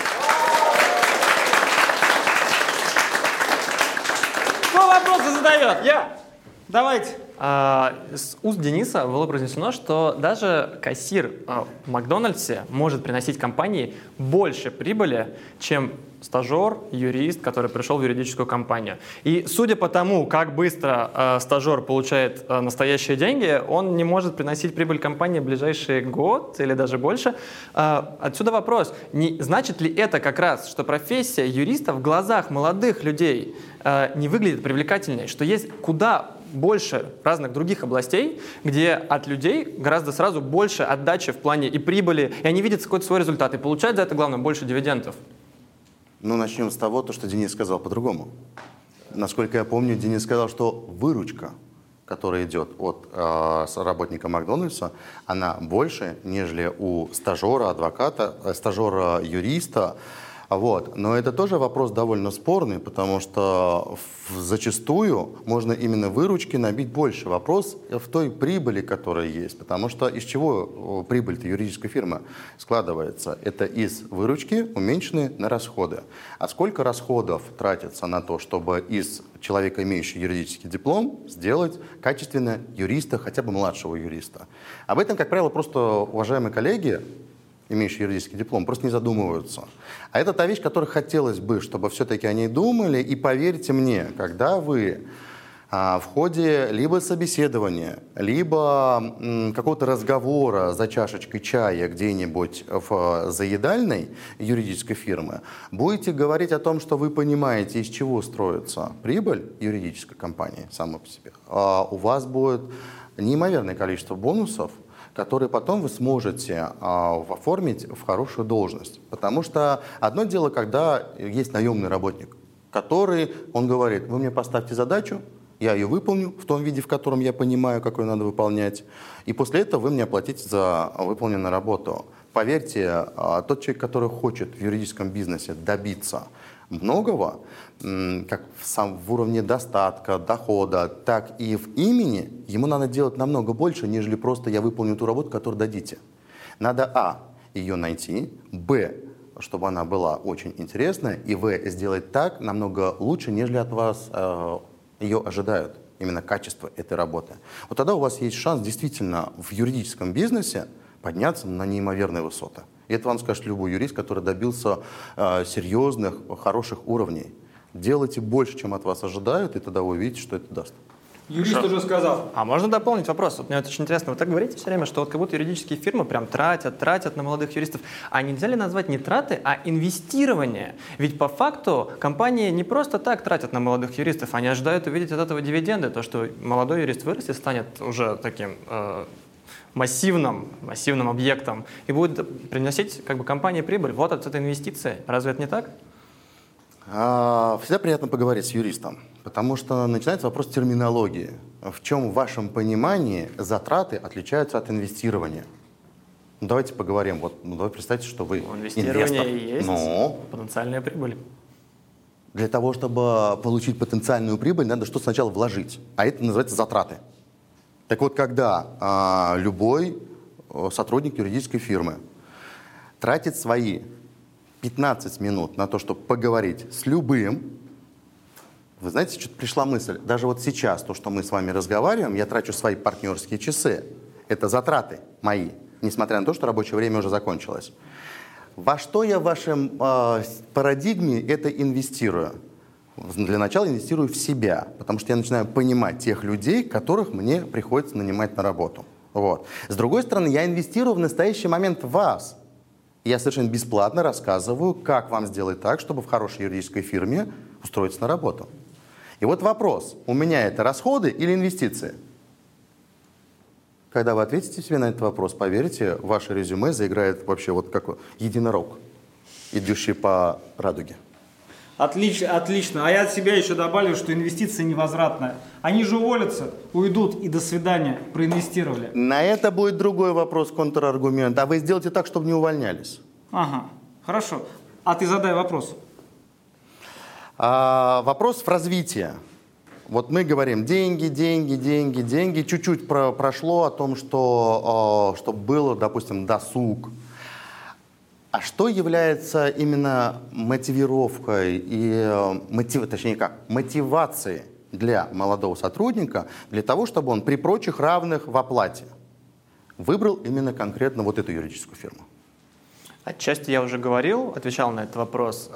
Кто вопросы задает? Я. Давайте. А, с уст Дениса было произнесено, что даже кассир а, в Макдональдсе может приносить компании больше прибыли, чем стажер, юрист, который пришел в юридическую компанию. И судя по тому, как быстро э, стажер получает э, настоящие деньги, он не может приносить прибыль компании в ближайший год или даже больше. Э, отсюда вопрос, не, значит ли это как раз, что профессия юриста в глазах молодых людей э, не выглядит привлекательней, что есть куда больше разных других областей, где от людей гораздо сразу больше отдачи в плане и прибыли, и они видят какой-то свой результат, и получают за это, главное, больше дивидендов? Ну, начнем с того, то, что Денис сказал по-другому. Насколько я помню, Денис сказал, что выручка, которая идет от э, работника Макдональдса, она больше, нежели у стажера, адвоката, э, стажера, юриста. Вот. Но это тоже вопрос довольно спорный, потому что в, зачастую можно именно выручки набить больше. Вопрос в той прибыли, которая есть. Потому что из чего прибыль-то юридической фирмы складывается? Это из выручки, уменьшенной на расходы. А сколько расходов тратится на то, чтобы из человека, имеющего юридический диплом, сделать качественно юриста, хотя бы младшего юриста? Об этом, как правило, просто уважаемые коллеги, имеющие юридический диплом, просто не задумываются. А это та вещь, которой хотелось бы, чтобы все-таки о ней думали. И поверьте мне, когда вы а, в ходе либо собеседования, либо м, какого-то разговора за чашечкой чая где-нибудь в заедальной юридической фирмы будете говорить о том, что вы понимаете, из чего строится прибыль юридической компании сама по себе, а у вас будет неимоверное количество бонусов, которые потом вы сможете а, оформить в хорошую должность. Потому что одно дело, когда есть наемный работник, который, он говорит, вы мне поставьте задачу, я ее выполню в том виде, в котором я понимаю, как ее надо выполнять, и после этого вы мне оплатите за выполненную работу. Поверьте, а, тот человек, который хочет в юридическом бизнесе добиться многого, как в, сам, в уровне достатка, дохода, так и в имени, ему надо делать намного больше, нежели просто я выполню ту работу, которую дадите. Надо, а, ее найти, б, чтобы она была очень интересная, и в, сделать так намного лучше, нежели от вас э, ее ожидают, именно качество этой работы. Вот тогда у вас есть шанс действительно в юридическом бизнесе подняться на неимоверные высоты. И это вам скажет любой юрист, который добился э, серьезных, хороших уровней. Делайте больше, чем от вас ожидают, и тогда вы увидите, что это даст. Юрист Хорошо. уже сказал. А можно дополнить вопрос? Вот мне это очень интересно. Вы так говорите все время, что вот как будто юридические фирмы прям тратят, тратят на молодых юристов. А нельзя ли назвать не траты, а инвестирование? Ведь по факту компании не просто так тратят на молодых юристов, они ожидают увидеть от этого дивиденды. То, что молодой юрист вырастет, станет уже таким... Э, массивным, массивным объектом и будет приносить как бы компании прибыль. Вот от этой инвестиции. Разве это не так? А, всегда приятно поговорить с юристом, потому что начинается вопрос терминологии. В чем в вашем понимании затраты отличаются от инвестирования? Ну, давайте поговорим. Вот, ну, давайте представьте, что вы ну, инвестирование инвестор. Есть Но потенциальная прибыль. Для того, чтобы получить потенциальную прибыль, надо что-то сначала вложить. А это называется затраты. Так вот, когда а, любой сотрудник юридической фирмы тратит свои пятнадцать минут на то, чтобы поговорить с любым, вы знаете, что-то пришла мысль. Даже вот сейчас, то, что мы с вами разговариваем, я трачу свои партнерские часы. Это затраты мои, несмотря на то, что рабочее время уже закончилось. Во что я в вашем э, парадигме это инвестирую? Для начала инвестирую в себя, потому что я начинаю понимать тех людей, которых мне приходится нанимать на работу. Вот. С другой стороны, я инвестирую в настоящий момент в вас. Я совершенно бесплатно рассказываю, как вам сделать так, чтобы в хорошей юридической фирме устроиться на работу. И вот вопрос, у меня это расходы или инвестиции? Когда вы ответите себе на этот вопрос, поверьте, ваше резюме заиграет вообще вот как единорог, идущий по радуге. Отлично, отлично. А я от себя еще добавлю, что инвестиция невозвратная. Они же уволятся, уйдут и до свидания, проинвестировали. На это будет другой вопрос, контраргумент. А вы сделайте так, чтобы не увольнялись. Ага, хорошо. А ты задай вопрос. А, вопрос в развитии. Вот мы говорим деньги, деньги, деньги, деньги. Чуть-чуть про, прошло о том, что, чтобы было, допустим, досуг. А что является именно мотивировкой и мотив, точнее как, мотивацией для молодого сотрудника для того, чтобы он при прочих равных в оплате выбрал именно конкретно вот эту юридическую фирму? Отчасти я уже говорил, отвечал на этот вопрос.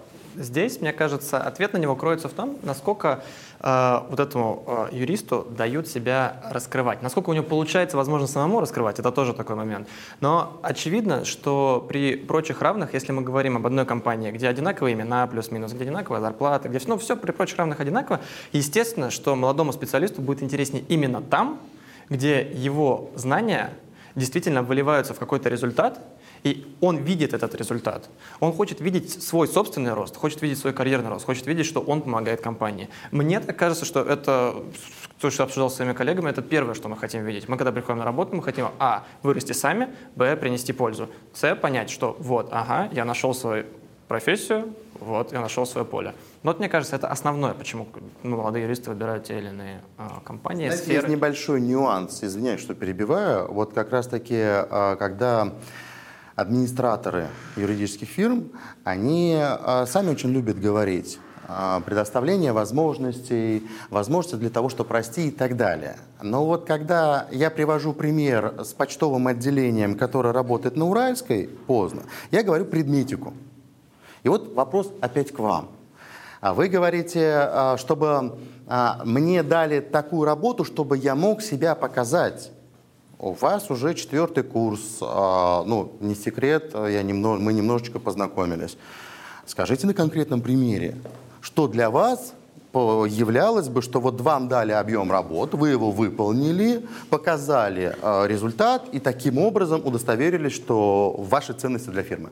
Здесь, мне кажется, ответ на него кроется в том, насколько э, вот этому э, юристу дают себя раскрывать. Насколько у него получается, возможно, самому раскрывать, это тоже такой момент. Но очевидно, что при прочих равных, если мы говорим об одной компании, где одинаковые имена плюс-минус, где одинаковая зарплата, где все, ну, все при прочих равных одинаково, естественно, что молодому специалисту будет интереснее именно там, где его знания действительно выливаются в какой-то результат, и он видит этот результат. Он хочет видеть свой собственный рост, хочет видеть свой карьерный рост, хочет видеть, что он помогает компании. Мне так кажется, что это, то, что я обсуждал с своими коллегами, это первое, что мы хотим видеть. Мы, когда приходим на работу, мы хотим, а, вырасти сами, б, принести пользу, с, понять, что вот, ага, я нашел свою профессию, вот, я нашел свое поле. Но вот, мне кажется, это основное, почему ну, молодые юристы выбирают те или иные а, компании. Знаете, сферы. Есть небольшой нюанс, извиняюсь, что перебиваю. Вот как раз-таки, а, когда администраторы юридических фирм, они а, сами очень любят говорить а, предоставление возможностей, возможности для того, чтобы расти и так далее. Но вот когда я привожу пример с почтовым отделением, которое работает на Уральской, поздно, я говорю предметику. И вот вопрос опять к вам. Вы говорите, чтобы мне дали такую работу, чтобы я мог себя показать. У вас уже четвертый курс, ну, не секрет, я немного, мы немножечко познакомились. Скажите на конкретном примере, что для вас являлось бы, что вот вам дали объем работ, вы его выполнили, показали результат и таким образом удостоверились, что ваши ценности для фирмы?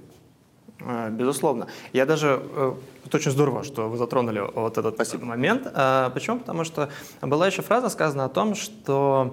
Безусловно. Я даже... Это очень здорово, что вы затронули вот этот Спасибо. момент. Почему? Потому что была еще фраза сказана о том, что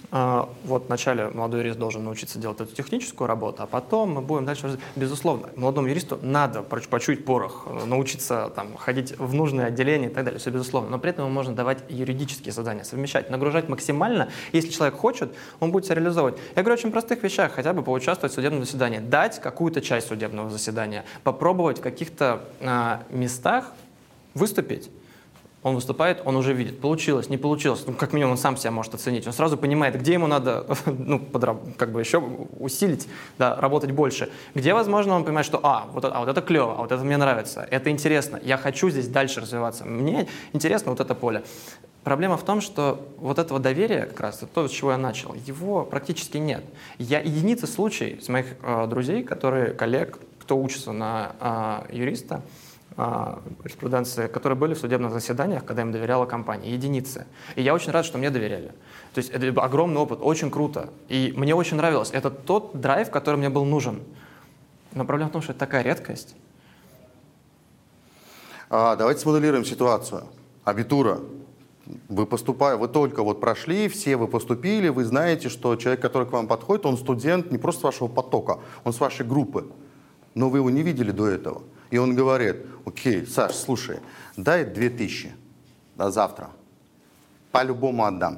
вот вначале молодой юрист должен научиться делать эту техническую работу, а потом мы будем дальше... Безусловно, молодому юристу надо почуять порох, научиться там, ходить в нужные отделения и так далее, все безусловно. Но при этом ему можно давать юридические задания, совмещать, нагружать максимально. Если человек хочет, он будет себя реализовывать. Я говорю о очень простых вещах, хотя бы поучаствовать в судебном заседании, дать какую-то часть судебного заседания, попробовать в каких-то а, местах выступить. Он выступает, он уже видит, получилось, не получилось, ну, как минимум он сам себя может оценить, он сразу понимает, где ему надо ну, подраб, как бы еще усилить, да, работать больше, где, возможно, он понимает, что а вот, а, вот это клево, а вот это мне нравится, это интересно, я хочу здесь дальше развиваться, мне интересно вот это поле. Проблема в том, что вот этого доверия, как раз то, с чего я начал, его практически нет. Я единицы случаев с моих э, друзей, которые, коллег, кто учится на э, юриста, юриспруденции, которые были в судебных заседаниях, когда им доверяла компания. Единицы. И я очень рад, что мне доверяли. То есть это огромный опыт, очень круто. И мне очень нравилось. Это тот драйв, который мне был нужен. Но проблема в том, что это такая редкость. А, давайте смоделируем ситуацию. Абитура. Вы поступаете, вы только вот прошли, все вы поступили, вы знаете, что человек, который к вам подходит, он студент не просто с вашего потока, он с вашей группы. Но вы его не видели до этого. И он говорит: окей, Саш, слушай, дай две тысячи до завтра. По-любому отдам.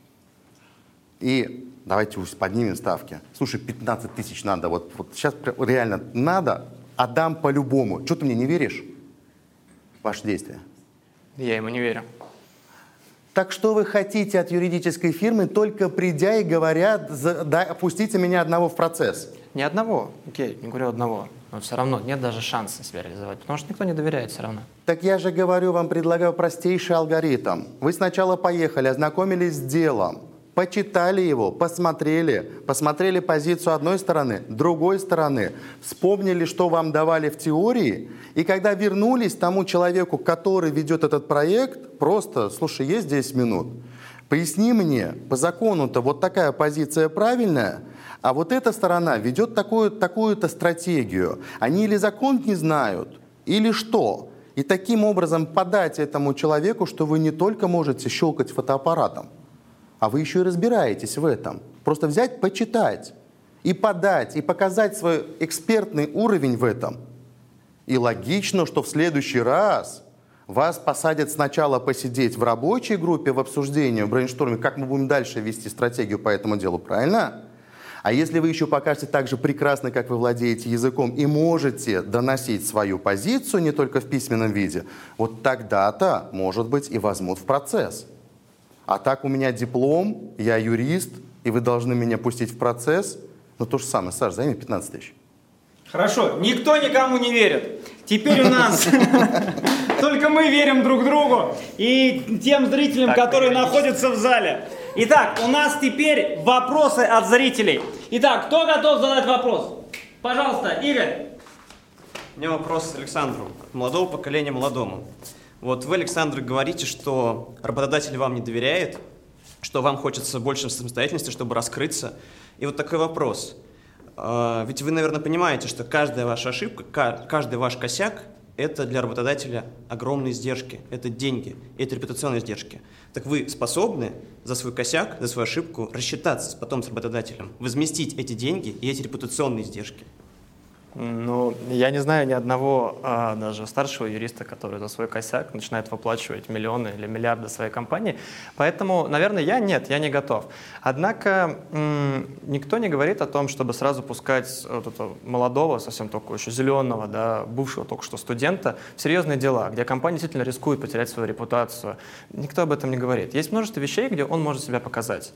И давайте поднимем ставки. Слушай, пятнадцать тысяч надо. Вот, вот сейчас реально надо, отдам по-любому. Что ты мне не веришь? Ваши действия. Я ему не верю. Так что вы хотите от юридической фирмы, только придя и говорят: да, опустите меня одного в процесс? Ни одного. Окей, не говорю одного. Но все равно нет даже шанса себя реализовать, потому что никто не доверяет все равно. Так я же говорю, вам предлагаю простейший алгоритм. Вы сначала поехали, ознакомились с делом, почитали его, посмотрели, посмотрели позицию одной стороны, другой стороны, вспомнили, что вам давали в теории, и когда вернулись тому человеку, который ведет этот проект, просто, слушай, есть десять минут, поясни мне, по закону-то вот такая позиция правильная, а вот эта сторона ведет такую, такую-то стратегию. Они или закон не знают, или что? И таким образом подать этому человеку, что вы не только можете щелкать фотоаппаратом, а вы еще и разбираетесь в этом. Просто взять, почитать, и подать, и показать свой экспертный уровень в этом. И логично, что в следующий раз вас посадят сначала посидеть в рабочей группе, в обсуждении, в брейншторме, как мы будем дальше вести стратегию по этому делу, правильно? А если вы еще покажете так же прекрасно, как вы владеете языком, и можете доносить свою позицию не только в письменном виде, вот тогда-то, может быть, и возьмут в процесс. А так у меня диплом, я юрист, и вы должны меня пустить в процесс. Ну то же самое, Саш, займи пятнадцать тысяч. Хорошо, никто никому не верит. Теперь у нас только мы верим друг другу и тем зрителям, которые находятся в зале. Итак, у нас теперь вопросы от зрителей. Итак, кто готов задать вопрос? Пожалуйста, Игорь. У меня вопрос к Александру, от молодого поколения молодому. Вот вы, Александр, говорите, что работодатель вам не доверяет, что вам хочется больше самостоятельности, чтобы раскрыться. И вот такой вопрос. Ведь вы, наверное, понимаете, что каждая ваша ошибка, каждый ваш косяк – это для работодателя огромные издержки, это деньги, это репутационные издержки. Так вы способны за свой косяк, за свою ошибку рассчитаться потом с работодателем, возместить эти деньги и эти репутационные издержки? Ну, я не знаю ни одного а, даже старшего юриста, который за свой косяк начинает выплачивать миллионы или миллиарды своей компании. Поэтому, наверное, я нет, я не готов. Однако м- никто не говорит о том, чтобы сразу пускать вот этого молодого, совсем только еще зеленого, да, бывшего только что студента в серьезные дела, где компания действительно рискует потерять свою репутацию. Никто об этом не говорит. Есть множество вещей, где он может себя показать.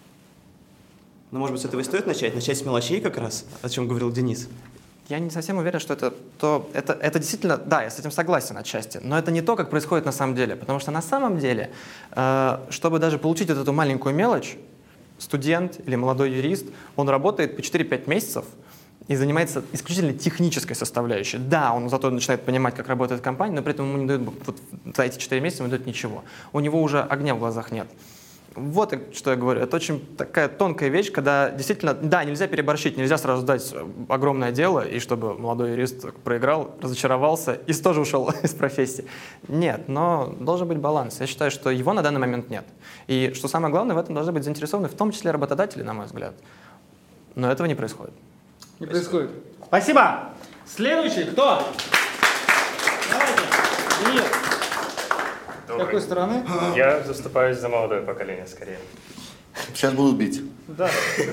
Ну, может быть, с этого и стоит начать? Начать с мелочей как раз, о чем говорил Денис. Я не совсем уверен, что это то... Это, это действительно... Да, я с этим согласен отчасти. Но это не то, как происходит на самом деле. Потому что на самом деле, э, чтобы даже получить вот эту маленькую мелочь, студент или молодой юрист, он работает по четыре-пять месяцев и занимается исключительно технической составляющей. Да, он зато начинает понимать, как работает компания, но при этом ему не дают... Вот, за эти четыре месяца ему не дают ничего. У него уже огня в глазах нет. Вот что я говорю. Это очень такая тонкая вещь, когда действительно, да, нельзя переборщить, нельзя сразу дать огромное дело, и чтобы молодой юрист проиграл, разочаровался и тоже ушел из профессии. Нет, но должен быть баланс. Я считаю, что его на данный момент нет. И что самое главное, в этом должны быть заинтересованы, в том числе работодатели, на мой взгляд. Но этого не происходит. Не происходит. Спасибо. Следующий кто? Давайте. Денис. С какой стороны? Я заступаюсь за молодое поколение, скорее. Сейчас будут бить. Да.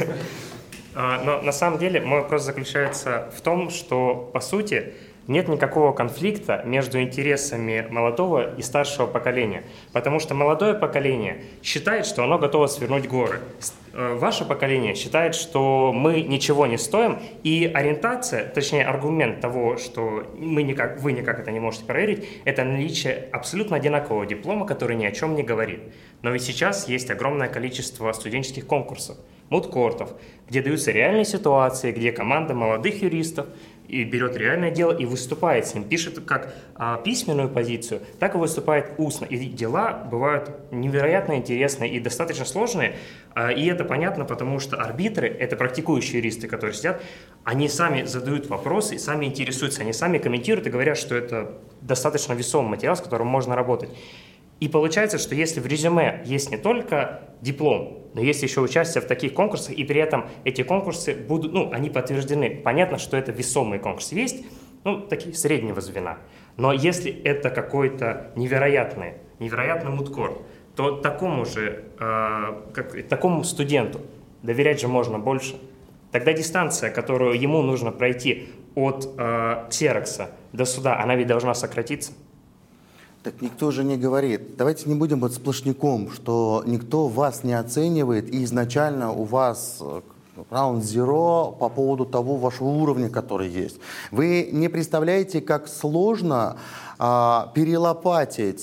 Но на самом деле мой вопрос заключается в том, что, по сути, нет никакого конфликта между интересами молодого и старшего поколения. Потому что молодое поколение считает, что оно готово свернуть горы. Ваше поколение считает, что мы ничего не стоим, и ориентация, точнее аргумент того, что мы никак, вы никак это не можете проверить, это наличие абсолютно одинакового диплома, который ни о чем не говорит. Но ведь сейчас есть огромное количество студенческих конкурсов, мудкортов, где даются реальные ситуации, где команда молодых юристов и берет реальное дело и выступает с ним, пишет как а, письменную позицию, так и выступает устно. И дела бывают невероятно интересные и достаточно сложные, а, и это понятно, потому что арбитры, это практикующие юристы, которые сидят, они сами задают вопросы, сами интересуются, они сами комментируют и говорят, что это достаточно весомый материал, с которым можно работать. И получается, что если в резюме есть не только диплом, но есть еще участие в таких конкурсах, и при этом эти конкурсы будут, ну, они подтверждены. Понятно, что это весомые конкурсы есть, ну, такие среднего звена. Но если это какой-то невероятный, невероятный мудкорт, то такому же, э, как, такому студенту доверять же можно больше. Тогда дистанция, которую ему нужно пройти от э, ксерокса до суда, она ведь должна сократиться. Так никто же не говорит. Давайте не будем быть сплошняком, что никто вас не оценивает, и изначально у вас ground zero по поводу того вашего уровня, который есть. Вы не представляете, как сложно а, перелопатить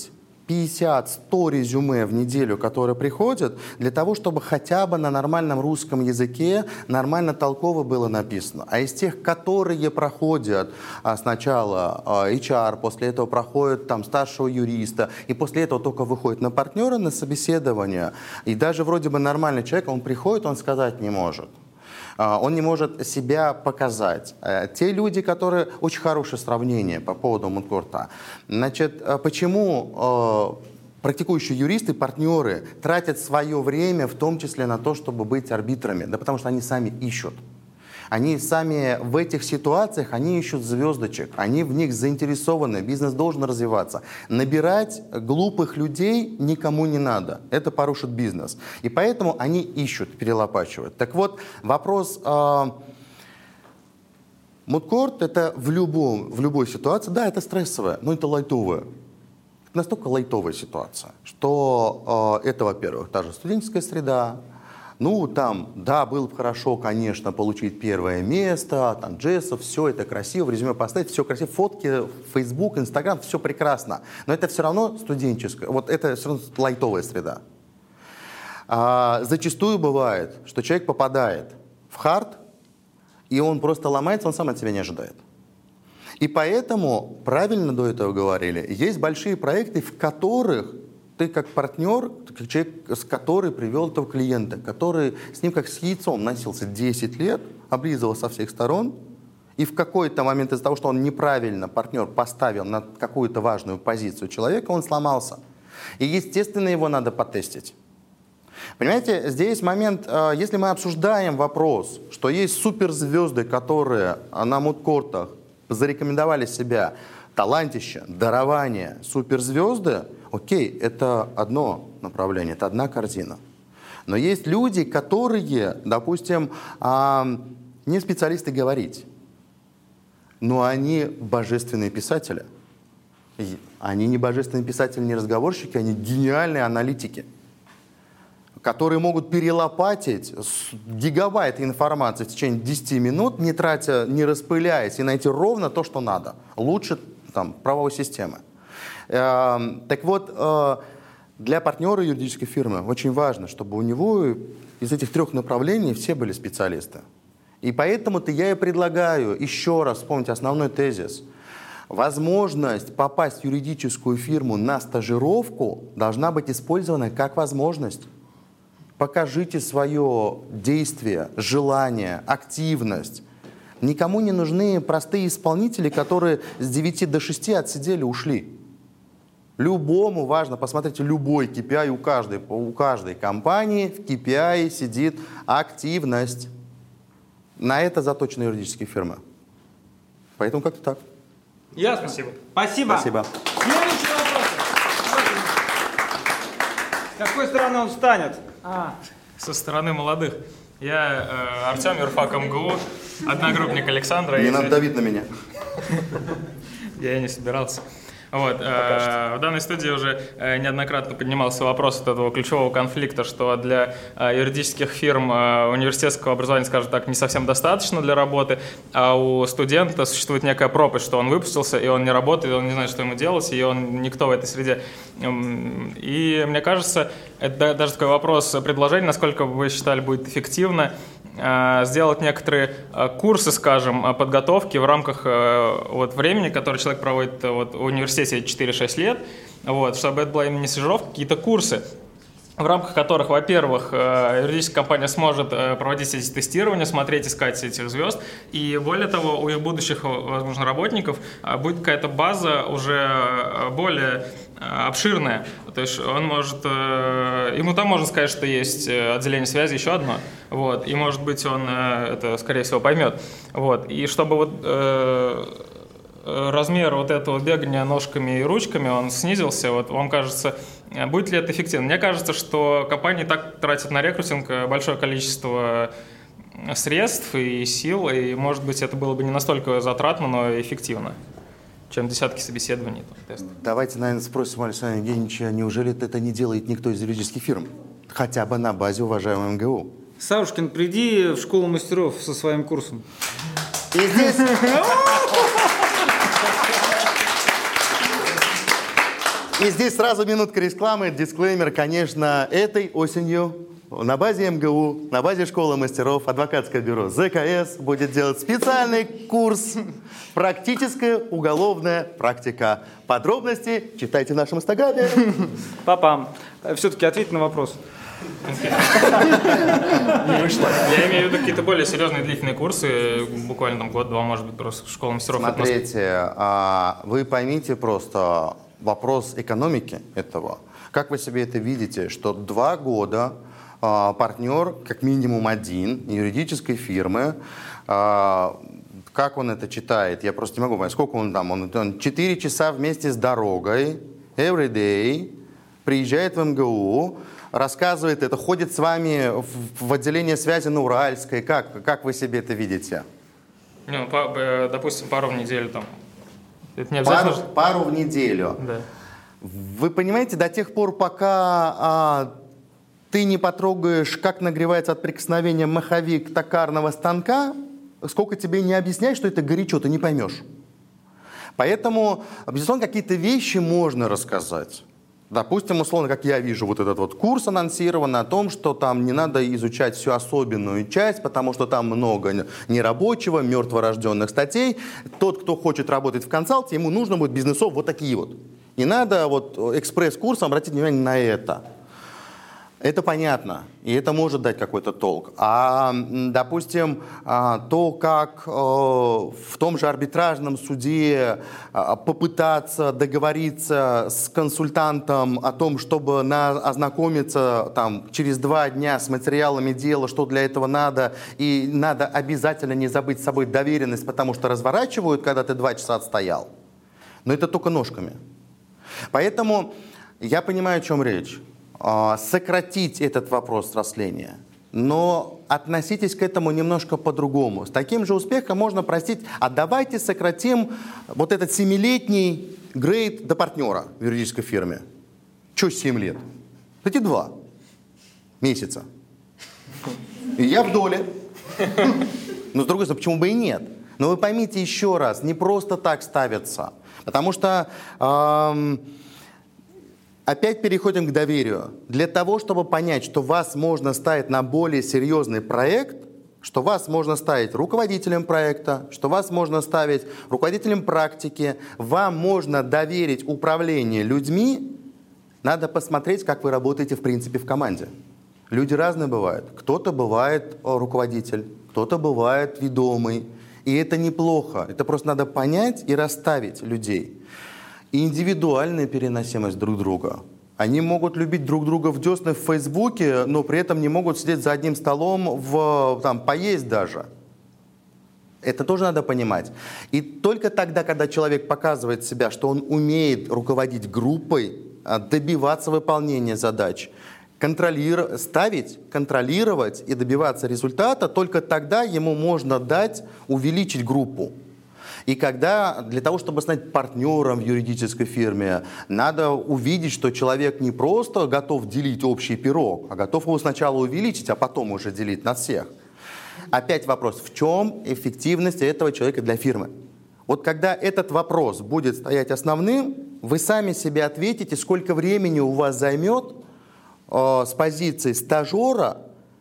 пятьдесят-сто резюме в неделю, которые приходят, для того, чтобы хотя бы на нормальном русском языке нормально толково было написано. А из тех, которые проходят а, сначала а, эйч ар, после этого проходят там, старшего юриста, и после этого только выходит на партнера, на собеседование, и даже вроде бы нормальный человек, он приходит, он сказать не может. Он не может себя показать. Те люди, которые... Очень хорошее сравнение по поводу Мудкорта. Значит, почему практикующие юристы, партнеры тратят свое время, в том числе на то, чтобы быть арбитрами? Да потому что они сами ищут. Они сами в этих ситуациях, они ищут звездочек, они в них заинтересованы, бизнес должен развиваться. Набирать глупых людей никому не надо, это порушит бизнес. И поэтому они ищут, перелопачивают. Так вот, вопрос... Э, Мудкорт это в, любом, в любой ситуации, да, это стрессовая, но это лайтовая. Это настолько лайтовая ситуация, что э, это, во-первых, та же студенческая среда. Ну, там, да, было бы хорошо, конечно, получить первое место, там, джессов, все это красиво, в резюме поставить, все красиво, фотки, Facebook, Instagram, все прекрасно. Но это все равно студенческое, вот это все равно лайтовая среда. А, зачастую бывает, что человек попадает в хард, и он просто ломается, он сам от себя не ожидает. И поэтому, правильно до этого говорили, есть большие проекты, в которых ты как партнер, как человек, с который привел этого клиента, который с ним как с яйцом носился десять лет, облизывал со всех сторон, и в какой-то момент из-за того, что он неправильно, партнер, поставил на какую-то важную позицию человека, он сломался. И, естественно, его надо потестить. Понимаете, здесь момент, если мы обсуждаем вопрос, что есть суперзвезды, которые на мудкортах зарекомендовали себя, талантище, дарование, суперзвезды, окей, это одно направление, это одна картина. Но есть люди, которые, допустим, не специалисты говорить, но они божественные писатели. Они не божественные писатели, не разговорщики, они гениальные аналитики, которые могут перелопатить гигабайт информации в течение десяти минут, не тратя, не распыляясь, и найти ровно то, что надо. Лучше там, правовой системы. Э, так вот, э, для партнера юридической фирмы очень важно, чтобы у него из этих трех направлений все были специалисты. И поэтому-то я и предлагаю еще раз вспомнить основной тезис. Возможность попасть в юридическую фирму на стажировку должна быть использована как возможность. Покажите свое действие, желание, активность. Никому не нужны простые исполнители, которые с девяти до шести отсидели, ушли. Любому важно, посмотрите, любой кей пи ай у каждой, у каждой компании в кей пи ай сидит активность. На это заточены юридические фирмы. Поэтому как-то так. Ясно. Спасибо. Спасибо. Спасибо. Следующий вопрос. С какой стороны он встанет? А. Со стороны молодых. Я э, Артем, юрфак эм гэ у, одногруппник Александра. Не надо давить на меня. Я и не собирался. Вот, э, в данной студии уже э, неоднократно поднимался вопрос от этого ключевого конфликта, что для э, юридических фирм э, университетского образования, скажем так, не совсем достаточно для работы, а у студента существует некая пропасть, что он выпустился, и он не работает, он не знает, что ему делать, и он никто в этой среде. И мне кажется, это даже такой вопрос предложения, насколько вы считали будет эффективно сделать некоторые курсы, скажем, подготовки в рамках вот, времени, которое человек проводит вот, в университете четыре-шесть лет, вот, чтобы это была именно не стажировка, какие-то курсы, в рамках которых, во-первых, юридическая компания сможет проводить эти тестирования, смотреть, искать этих звезд, и более того, у их будущих, возможно, работников будет какая-то база уже более обширная. То есть он может, ему там можно сказать, что есть отделение связи, еще одно, вот, и, может быть, он это, скорее всего, поймет. Вот, и чтобы вот размер вот этого бегания ножками и ручками, он снизился, вот, вам кажется, будет ли это эффективно? Мне кажется, что компании так тратят на рекрутинг большое количество средств и сил, и, может быть, это было бы не настолько затратно, но эффективно, чем десятки собеседований, там, тестов. Давайте, наверное, спросим Александра Евгеньевича, неужели это не делает никто из юридических фирм? Хотя бы на базе уважаемого эм гэ у. Савушкин, приди в школу мастеров со своим курсом. И здесь... И здесь сразу минутка рекламы, дисклеймер, конечно, этой осенью на базе эм гэ у, на базе школы мастеров, адвокатское бюро зэ ка эс будет делать специальный курс «Практическая уголовная практика». Подробности читайте в нашем инстаграме. Папа, все-таки ответь на вопрос. Не вышло. Я имею в виду какие-то более серьезные длительные курсы, буквально там год-два, может быть, просто в школе мастеров. Смотрите, вы поймите просто вопрос экономики этого. Как вы себе это видите, что два года партнер, как минимум один, юридической фирмы, как он это читает, я просто не могу понять, сколько он там, он, он четыре часа вместе с дорогой, every day, приезжает в эм гэ у, рассказывает это, ходит с вами в, в отделение связи на Уральской, как, как вы себе это видите? Ну, по, допустим, пару в неделю там. Это не обязательно. Пару, пару в неделю. Да. Вы понимаете, до тех пор, пока а, ты не потрогаешь, как нагревается от прикосновения маховик токарного станка, сколько тебе не объясняют, что это горячо, ты не поймешь. Поэтому, безусловно, какие-то вещи можно рассказать. Допустим, условно, как я вижу, вот этот вот курс анонсирован о том, что там не надо изучать всю особенную часть, потому что там много нерабочего, мертворожденных статей. Тот, кто хочет работать в консалте, ему нужно будет бизнесов вот такие вот. Не надо вот экспресс-курсом обратить внимание на это. Это понятно, и это может дать какой-то толк. А, допустим, то, как в том же арбитражном суде попытаться договориться с консультантом о том, чтобы на, ознакомиться там, через два дня с материалами дела, что для этого надо, и надо обязательно не забыть с собой доверенность, потому что разворачивают, когда ты два часа отстоял. Но это только ножками. Поэтому я понимаю, о чем речь. Сократить этот вопрос взросления. Но относитесь к этому немножко по-другому. С таким же успехом можно простить, а давайте сократим вот этот семилетний грейд до партнера в юридической фирме. Чего семь лет? Эти два месяца. И я в доле. Но с другой стороны, почему бы и нет? Но вы поймите еще раз, не просто так ставятся. Потому что... Эм, Опять переходим к доверию. Для того, чтобы понять, что вас можно ставить на более серьезный проект, что вас можно ставить руководителем проекта, что вас можно ставить руководителем практики, вам можно доверить управление людьми, надо посмотреть, как вы работаете в принципе в команде. Люди разные бывают. Кто-то бывает руководитель, кто-то бывает ведомый. И это неплохо. Это просто надо понять и расставить людей. И индивидуальная переносимость друг друга. Они могут любить друг друга в десны в Фейсбуке, но при этом не могут сидеть за одним столом, в, там, поесть даже. Это тоже надо понимать. И только тогда, когда человек показывает себя, что он умеет руководить группой, добиваться выполнения задач, контролировать, ставить, контролировать и добиваться результата, только тогда ему можно дать увеличить группу. И когда для того, чтобы стать партнером в юридической фирме, надо увидеть, что человек не просто готов делить общий пирог, а готов его сначала увеличить, а потом уже делить на всех. Опять вопрос, в чем эффективность этого человека для фирмы? Вот когда этот вопрос будет стоять основным, вы сами себе ответите, сколько времени у вас займет э, с позиции стажера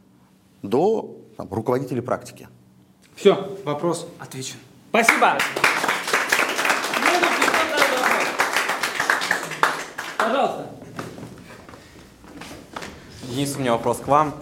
до там, руководителя практики. Все, вопрос отвечен. Спасибо. Пожалуйста. Денис, у меня вопрос к вам.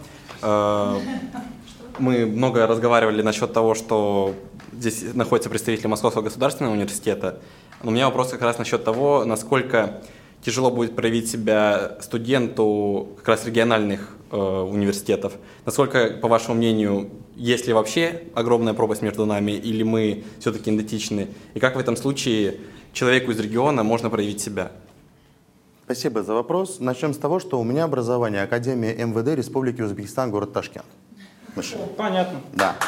Мы много разговаривали насчет того, что здесь находятся представители Московского государственного университета. Но у меня вопрос как раз насчет того, насколько тяжело будет проявить себя студенту как раз региональных э, университетов. Насколько, по вашему мнению, есть ли вообще огромная пропасть между нами, или мы все-таки идентичны? И как в этом случае человеку из региона можно проявить себя? Спасибо за вопрос. Начнем с того, что у меня образование Академия эм вэ дэ Республики Узбекистан, город Ташкент. Миша. Понятно. Да.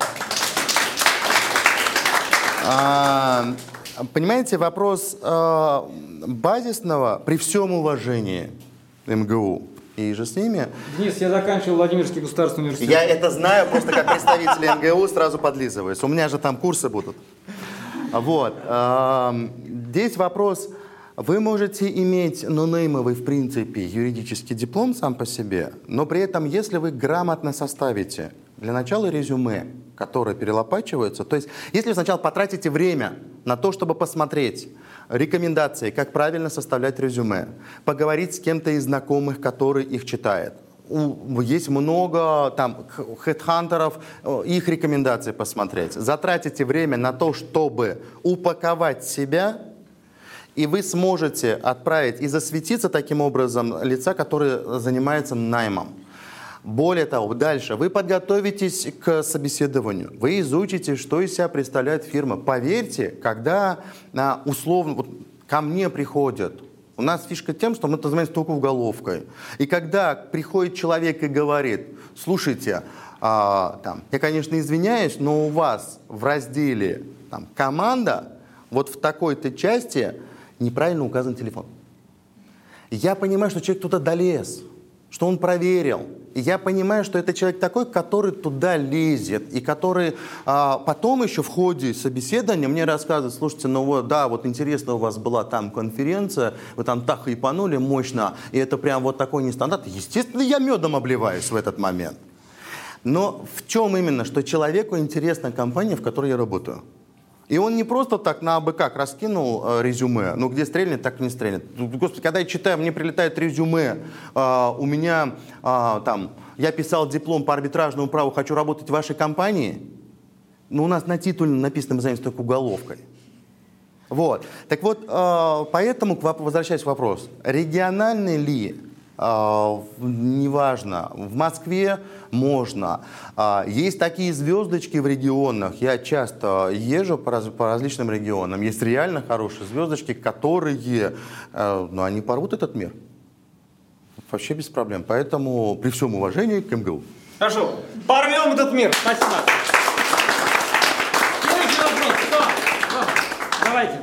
А, понимаете, вопрос а, базисного, при всем уважении эм гэ у и же с ними... Денис, я заканчивал Владимирский государственный университет. Я это знаю, просто как представитель эм гэ у сразу подлизываюсь. У меня же там курсы будут. Вот. А, здесь вопрос... Вы можете иметь нонеймовый, в принципе, юридический диплом сам по себе, но при этом, если вы грамотно составите для начала резюме, которое перелопачивается, то есть если вы сначала потратите время на то, чтобы посмотреть рекомендации, как правильно составлять резюме, поговорить с кем-то из знакомых, который их читает. Есть много там хедхантеров, их рекомендации посмотреть. Затратите время на то, чтобы упаковать себя, и вы сможете отправить и засветиться таким образом лица, которые занимаются наймом. Более того, дальше вы подготовитесь к собеседованию, вы изучите, что из себя представляет фирма. Поверьте, когда условно вот, ко мне приходят, у нас фишка тем, что мы это называем только уголовкой. И когда приходит человек и говорит: слушайте, а, там, я, конечно, извиняюсь, но у вас в разделе там, команда вот в такой-то части неправильно указан телефон. Я понимаю, что человек туда долез, что он проверил. И я понимаю, что это человек такой, который туда лезет, и который а, потом еще в ходе собеседования мне рассказывает: слушайте, ну вот, да, вот интересно, у вас была там конференция, вы там так хайпанули мощно, и это прям вот такой нестандарт. Естественно, я медом обливаюсь в этот момент. Но в чем именно? Что человеку интересна компания, в которой я работаю. И он не просто так на абы как раскинул э, резюме, ну где стрельнет, так и не стрельнет. Господи, когда я читаю, мне прилетает резюме, э, у меня э, там, я писал диплом по арбитражному праву, хочу работать в вашей компании, но у нас на титуле написано, мы занимаемся только уголовкой. Вот. Так вот, э, поэтому, возвращаясь к вопросу, региональный ли, э, неважно, в Москве можно. Есть такие звездочки в регионах. Я часто езжу по, раз, по различным регионам. Есть реально хорошие звездочки, которые, ну, они порвут этот мир. Вообще без проблем. Поэтому при всем уважении к эм гэ у. Хорошо. Порвем этот мир. Спасибо. Следующий вопрос. Кто? Давайте.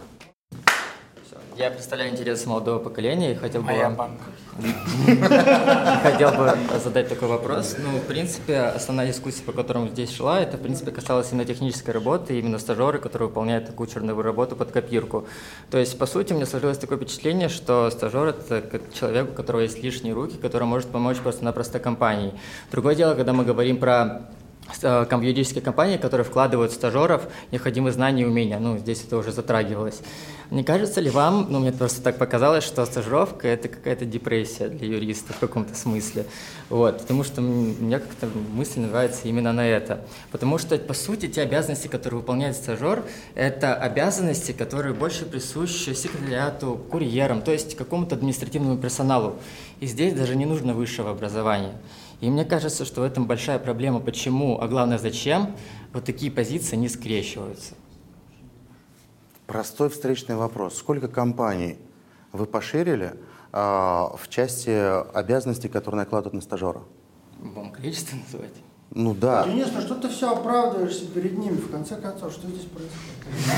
Я представляю интересы молодого поколения и хотел бы Моя вам... банка. Хотел бы задать такой вопрос. Ну, в принципе, основная дискуссия, по которой здесь шла, это, в принципе, касалось именно технической работы, именно стажеры, которые выполняют такую черновую работу под копирку. То есть, по сути, у меня сложилось такое впечатление, что стажер – это как человек, у которого есть лишние руки, который может помочь просто-напросто компании. Другое дело, когда мы говорим про юридические компании, которые вкладывают в стажеров необходимые знания и умения. Ну, здесь это уже затрагивалось. Не кажется ли вам, ну, мне просто так показалось, что стажировка – это какая-то депрессия для юриста в каком-то смысле? Вот, потому что мне как-то мысль называется именно на это. Потому что, по сути, те обязанности, которые выполняет стажер, это обязанности, которые больше присущи секретариату, курьерам, то есть какому-то административному персоналу. И здесь даже не нужно высшего образования. И мне кажется, что в этом большая проблема, почему, а главное, зачем вот такие позиции не скрещиваются. Простой встречный вопрос. Сколько компаний вы поширили э, в части обязанностей, которые накладывают на стажера? Вам количество называть? Ну да. Денис, ну что ты все оправдываешься перед ними, в конце концов, что здесь происходит?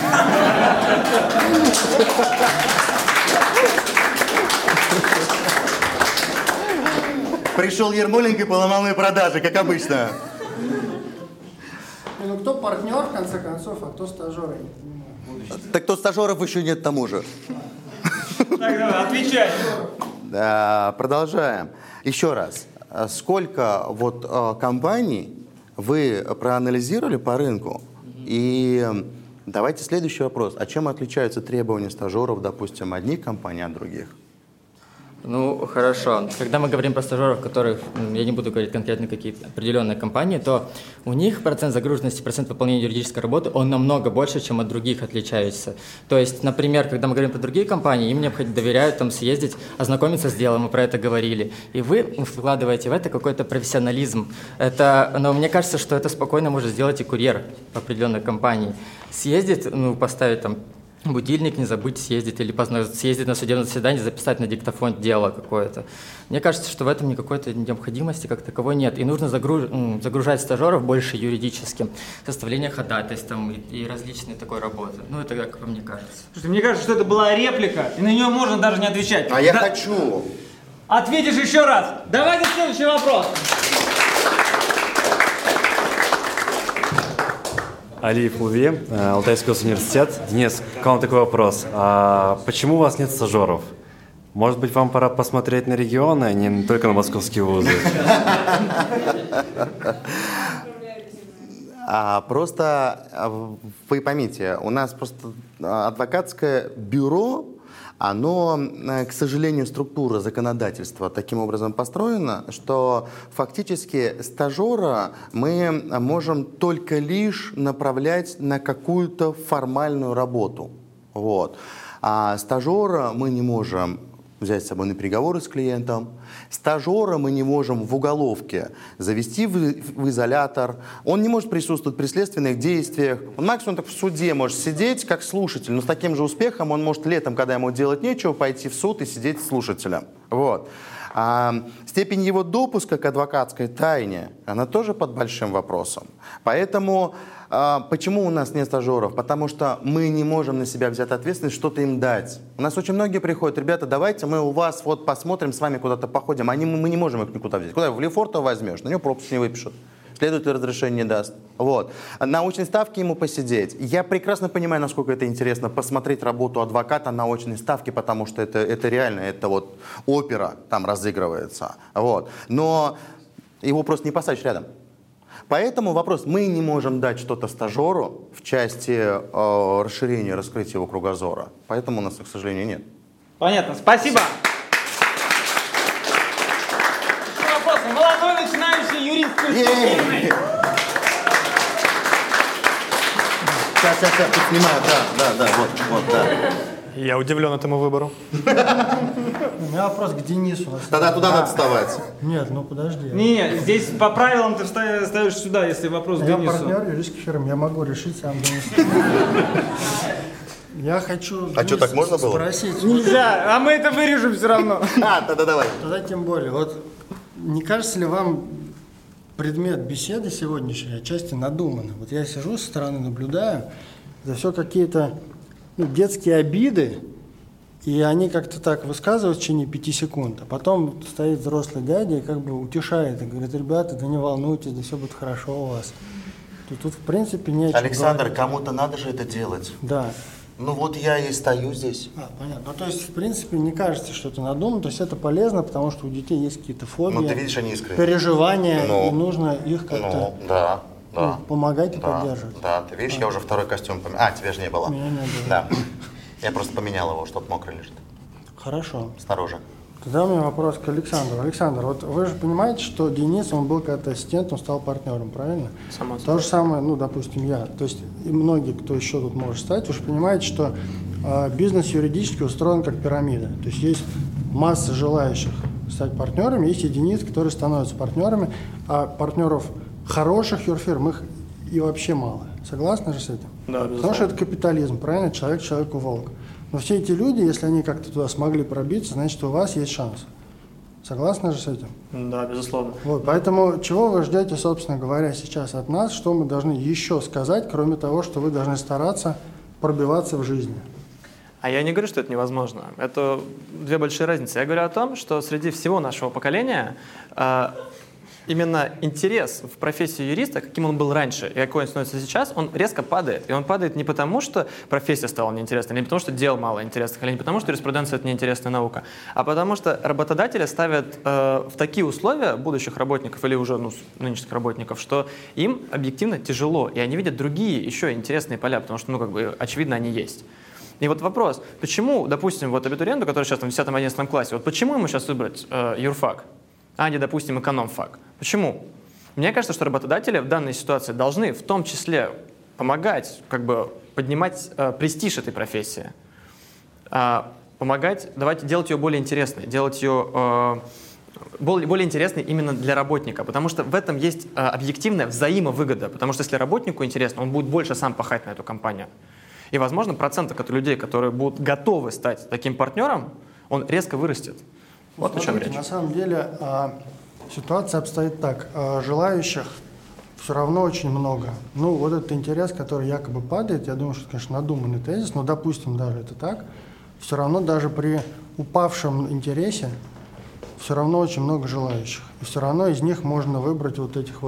Пришел Ермоленко и поломал мои продажи, как обычно. Ну кто партнер, в конце концов, а кто стажер, я не понимаю. Так то стажеров еще нет тому же. Так, давай, отвечай. Да, продолжаем. Еще раз. Сколько вот компаний вы проанализировали по рынку? И давайте следующий вопрос. А чем отличаются требования стажеров, допустим, одних компаний от других? Ну, хорошо. Когда мы говорим про стажеров, которых, я не буду говорить конкретно какие-то определенные компании, то у них процент загруженности, процент выполнения юридической работы, он намного больше, чем от других отличается. То есть, например, когда мы говорим про другие компании, им необходимо доверяют там съездить, ознакомиться с делом, мы про это говорили. И вы вкладываете в это какой-то профессионализм. Это, но мне кажется, что это спокойно может сделать и курьер в определенной компании. Съездить, ну, поставить там будильник, не забыть съездить, или съездить на судебное заседание, записать на диктофон дело какое-то. Мне кажется, что в этом никакой-то необходимости как таковой нет. И нужно загруж... загружать стажеров больше юридическим, составление ходатайств там, и, и различные такой работы. Ну, это как мне кажется. Слушайте, мне кажется, что это была реплика, и на нее можно даже не отвечать. А я да... хочу. Ответишь еще раз. Давайте следующий вопрос. Алиев Луви, Алтайский госуниверситет. Денис, к вам такой вопрос. А почему у вас нет стажеров? Может быть, вам пора посмотреть на регионы, а не только на московские вузы? А, просто вы поймите, у нас просто адвокатское бюро, оно, к сожалению, структура законодательства таким образом построена, что фактически стажера мы можем только лишь направлять на какую-то формальную работу. Вот. А стажера мы не можем взять с собой на переговоры с клиентом. Стажера мы не можем в уголовке завести в, в изолятор. Он не может присутствовать при следственных действиях. Он максимум так в суде может сидеть как слушатель, но с таким же успехом он может летом, когда ему делать нечего, пойти в суд и сидеть слушателем. Вот. А степень его допуска к адвокатской тайне, она тоже под большим вопросом. Поэтому а, почему у нас нет стажеров? Потому что мы не можем на себя взять ответственность, что-то им дать. У нас очень многие приходят: ребята, давайте мы у вас вот посмотрим, с вами куда-то походим. Они, мы не можем их никуда взять. Куда? В Лефортово возьмешь, на него пропуск не выпишут. Следователь разрешение не даст. Вот. На очной ставке ему посидеть. Я прекрасно понимаю, насколько это интересно, посмотреть работу адвоката на очной ставке, потому что это, это реально, это вот опера там разыгрывается. Вот. Но его просто не посадишь рядом. Поэтому вопрос: мы не можем дать что-то стажеру в части э, расширения, раскрытия его кругозора. Поэтому у нас, к сожалению, нет. Понятно. Спасибо. Молодой начинающий юрист. Сейчас, сейчас, сейчас, тут снимаю, да, да, да, вот, вот, да. Я удивлен этому выбору. У меня вопрос к Денису. Тогда туда надо вставать. Нет, ну подожди. Не, здесь по правилам ты ставишь сюда, если вопрос к Я Денису. партнер юридических фирм, я могу решить сам, Денис. Я хочу А что, так можно было? спросить. Нельзя, а мы это вырежем все равно. А, тогда давай. Тогда тем более. Вот не кажется ли вам предмет беседы сегодняшней отчасти надуманным? Вот я сижу со стороны, наблюдаю, это все какие-то ну, детские обиды, и они как-то так высказывают в течение пяти секунд, а потом стоит взрослый дядя и как бы утешает, и говорит: ребята, да не волнуйтесь, да все будет хорошо у вас. Тут, тут в принципе не о чем Александр, говорить. кому-то надо же это делать. Да. Ну вот я и стою здесь. А, понятно. Ну, то есть, в принципе, не кажется, что это надумано, то есть это полезно, потому что у детей есть какие-то фобии, Ну ты видишь, они искренние. переживания, Ну, и нужно их как-то Ну, да, да. ну, помогать и Да, поддерживать. да, ты видишь, А. я уже второй костюм поменял. А, тебя же не было. Меня не было. Да. Я просто поменял его, чтобы мокрый лежит. Хорошо. Снаружи. Тогда у меня вопрос к Александру. Александр, вот вы же понимаете, что Денис, он был когда-то ассистентом, стал партнером, правильно? Само То же самое, ну, допустим, я. То есть и многие, кто еще тут может стать, вы же понимаете, что э, бизнес юридически устроен как пирамида. То есть есть масса желающих стать партнерами, есть единицы, которые становятся партнерами, а партнеров хороших юрфирм их и вообще мало. Согласны же с этим? Да, Потому что это капитализм, правильно? Человек человеку волк. Но все эти люди, если они как-то туда смогли пробиться, значит, у вас есть шанс. Согласны же с этим? Да, безусловно. Вот, поэтому чего вы ждете, собственно говоря, сейчас от нас? Что мы должны еще сказать, кроме того, что вы должны стараться пробиваться в жизни? А я не говорю, что это невозможно. Это две большие разницы. Я говорю о том, что среди всего нашего поколения э, именно интерес в профессию юриста, каким он был раньше и какой он становится сейчас, он резко падает. И он падает не потому, что профессия стала неинтересной, не потому, что дел мало интересных, или не потому, что юриспруденция — это неинтересная наука, а потому что работодатели ставят э, в такие условия будущих работников или уже ну, нынешних работников, что им объективно тяжело, и они видят другие еще интересные поля, потому что, ну, как бы, очевидно, они есть. И вот вопрос, почему, допустим, вот абитуриенту, который сейчас там, в десятом-одиннадцатом классе, вот почему ему сейчас выбрать э, юрфак, а не, допустим, экономфак? Почему? Мне кажется, что работодатели в данной ситуации должны в том числе помогать, как бы поднимать э, престиж этой профессии, э, помогать, давайте делать ее более интересной, делать ее э, более, более интересной именно для работника, потому что в этом есть э, объективная взаимовыгода, потому что если работнику интересно, он будет больше сам пахать на эту компанию. И, возможно, процент людей, которые будут готовы стать таким партнером, он резко вырастет. Вот Смотрите, о чем речь. На самом деле а, ситуация обстоит так. А, желающих все равно очень много. Ну, вот этот интерес, который якобы падает, я думаю, что, конечно, надуманный тезис, но, допустим, даже это так, все равно даже при упавшем интересе все равно очень много желающих. И все равно из них можно выбрать вот этих вот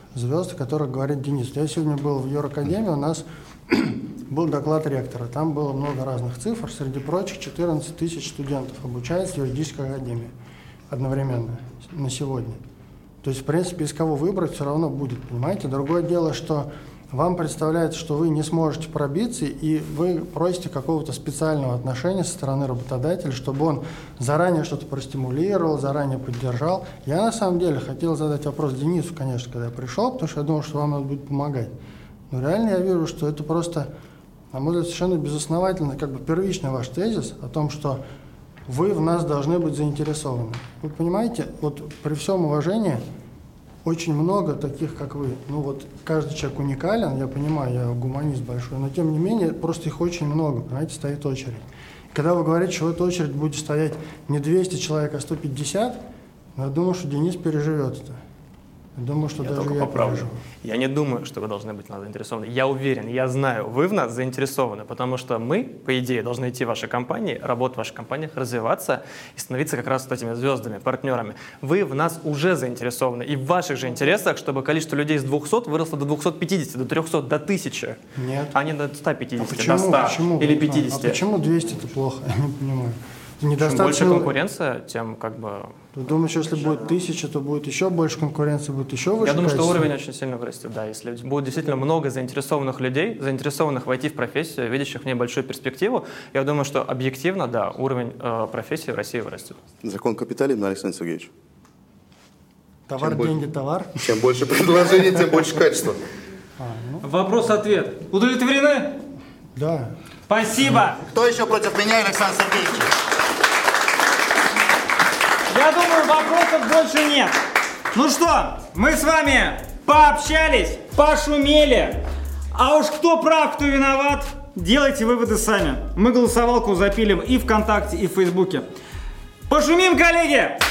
звезд, о которых говорит Денис. Я сегодня был в Юракадемии, у нас был доклад ректора. Там было много разных цифр. Среди прочих, четырнадцать тысяч студентов обучается в юридической академии одновременно на сегодня. То есть, в принципе, из кого выбрать все равно будет, понимаете? Другое дело, что вам представляется, что вы не сможете пробиться, и вы просите какого-то специального отношения со стороны работодателя, чтобы он заранее что-то простимулировал, заранее поддержал. Я на самом деле хотел задать вопрос Денису, конечно, когда я пришел, потому что я думал, что вам надо будет помогать. Но реально я вижу, что это просто, на мой взгляд, совершенно безосновательно, как бы первичный ваш тезис о том, что вы в нас должны быть заинтересованы. Вы понимаете, вот при всем уважении, очень много таких, как вы. Ну вот каждый человек уникален, я понимаю, я гуманист большой, но тем не менее, просто их очень много, понимаете, стоит очередь. И когда вы говорите, что в эту очередь будет стоять не двести человек, а сто пятьдесят, я думаю, что Денис переживет это. Я думаю, что я даже только я поправлю. переживу. Я не думаю, что вы должны быть в нас заинтересованы. Я уверен, я знаю, вы в нас заинтересованы, потому что мы, по идее, должны идти в ваши компании, работать в ваших компаниях, развиваться и становиться как раз вот этими звездами, партнерами. Вы в нас уже заинтересованы, и в ваших же интересах, чтобы количество людей с двухсот выросло до двухсот пятидесяти, до трехсот, до тысячи, Нет. а не до ста пятидесяти, А почему? до ста Почему? или пятидесяти. А почему двести это плохо? Я не понимаю. Чем Недостаточно... больше конкуренция, тем как бы... Ты думаешь, если будет тысяча, то будет еще больше конкуренции, будет еще выше? Я думаю, что качество? уровень очень сильно вырастет, да. Если будет действительно много заинтересованных людей, заинтересованных войти в профессию, видящих в ней большую перспективу, я думаю, что объективно, да, уровень э, профессии в России вырастет. Закон капитализма, Александр Сергеевич. Товар, чем деньги, больше, товар. Чем больше предложений, тем больше качества. А, ну. Вопрос-ответ. Удовлетворены? Да. Спасибо. Кто еще против меня, Александр Сергеевич? Я думаю, вопросов больше нет. Ну что, мы с вами пообщались, пошумели. А уж кто прав, кто виноват, делайте выводы сами. Мы голосовалку запилим и ВКонтакте, и в Фейсбуке. Пошумим, коллеги!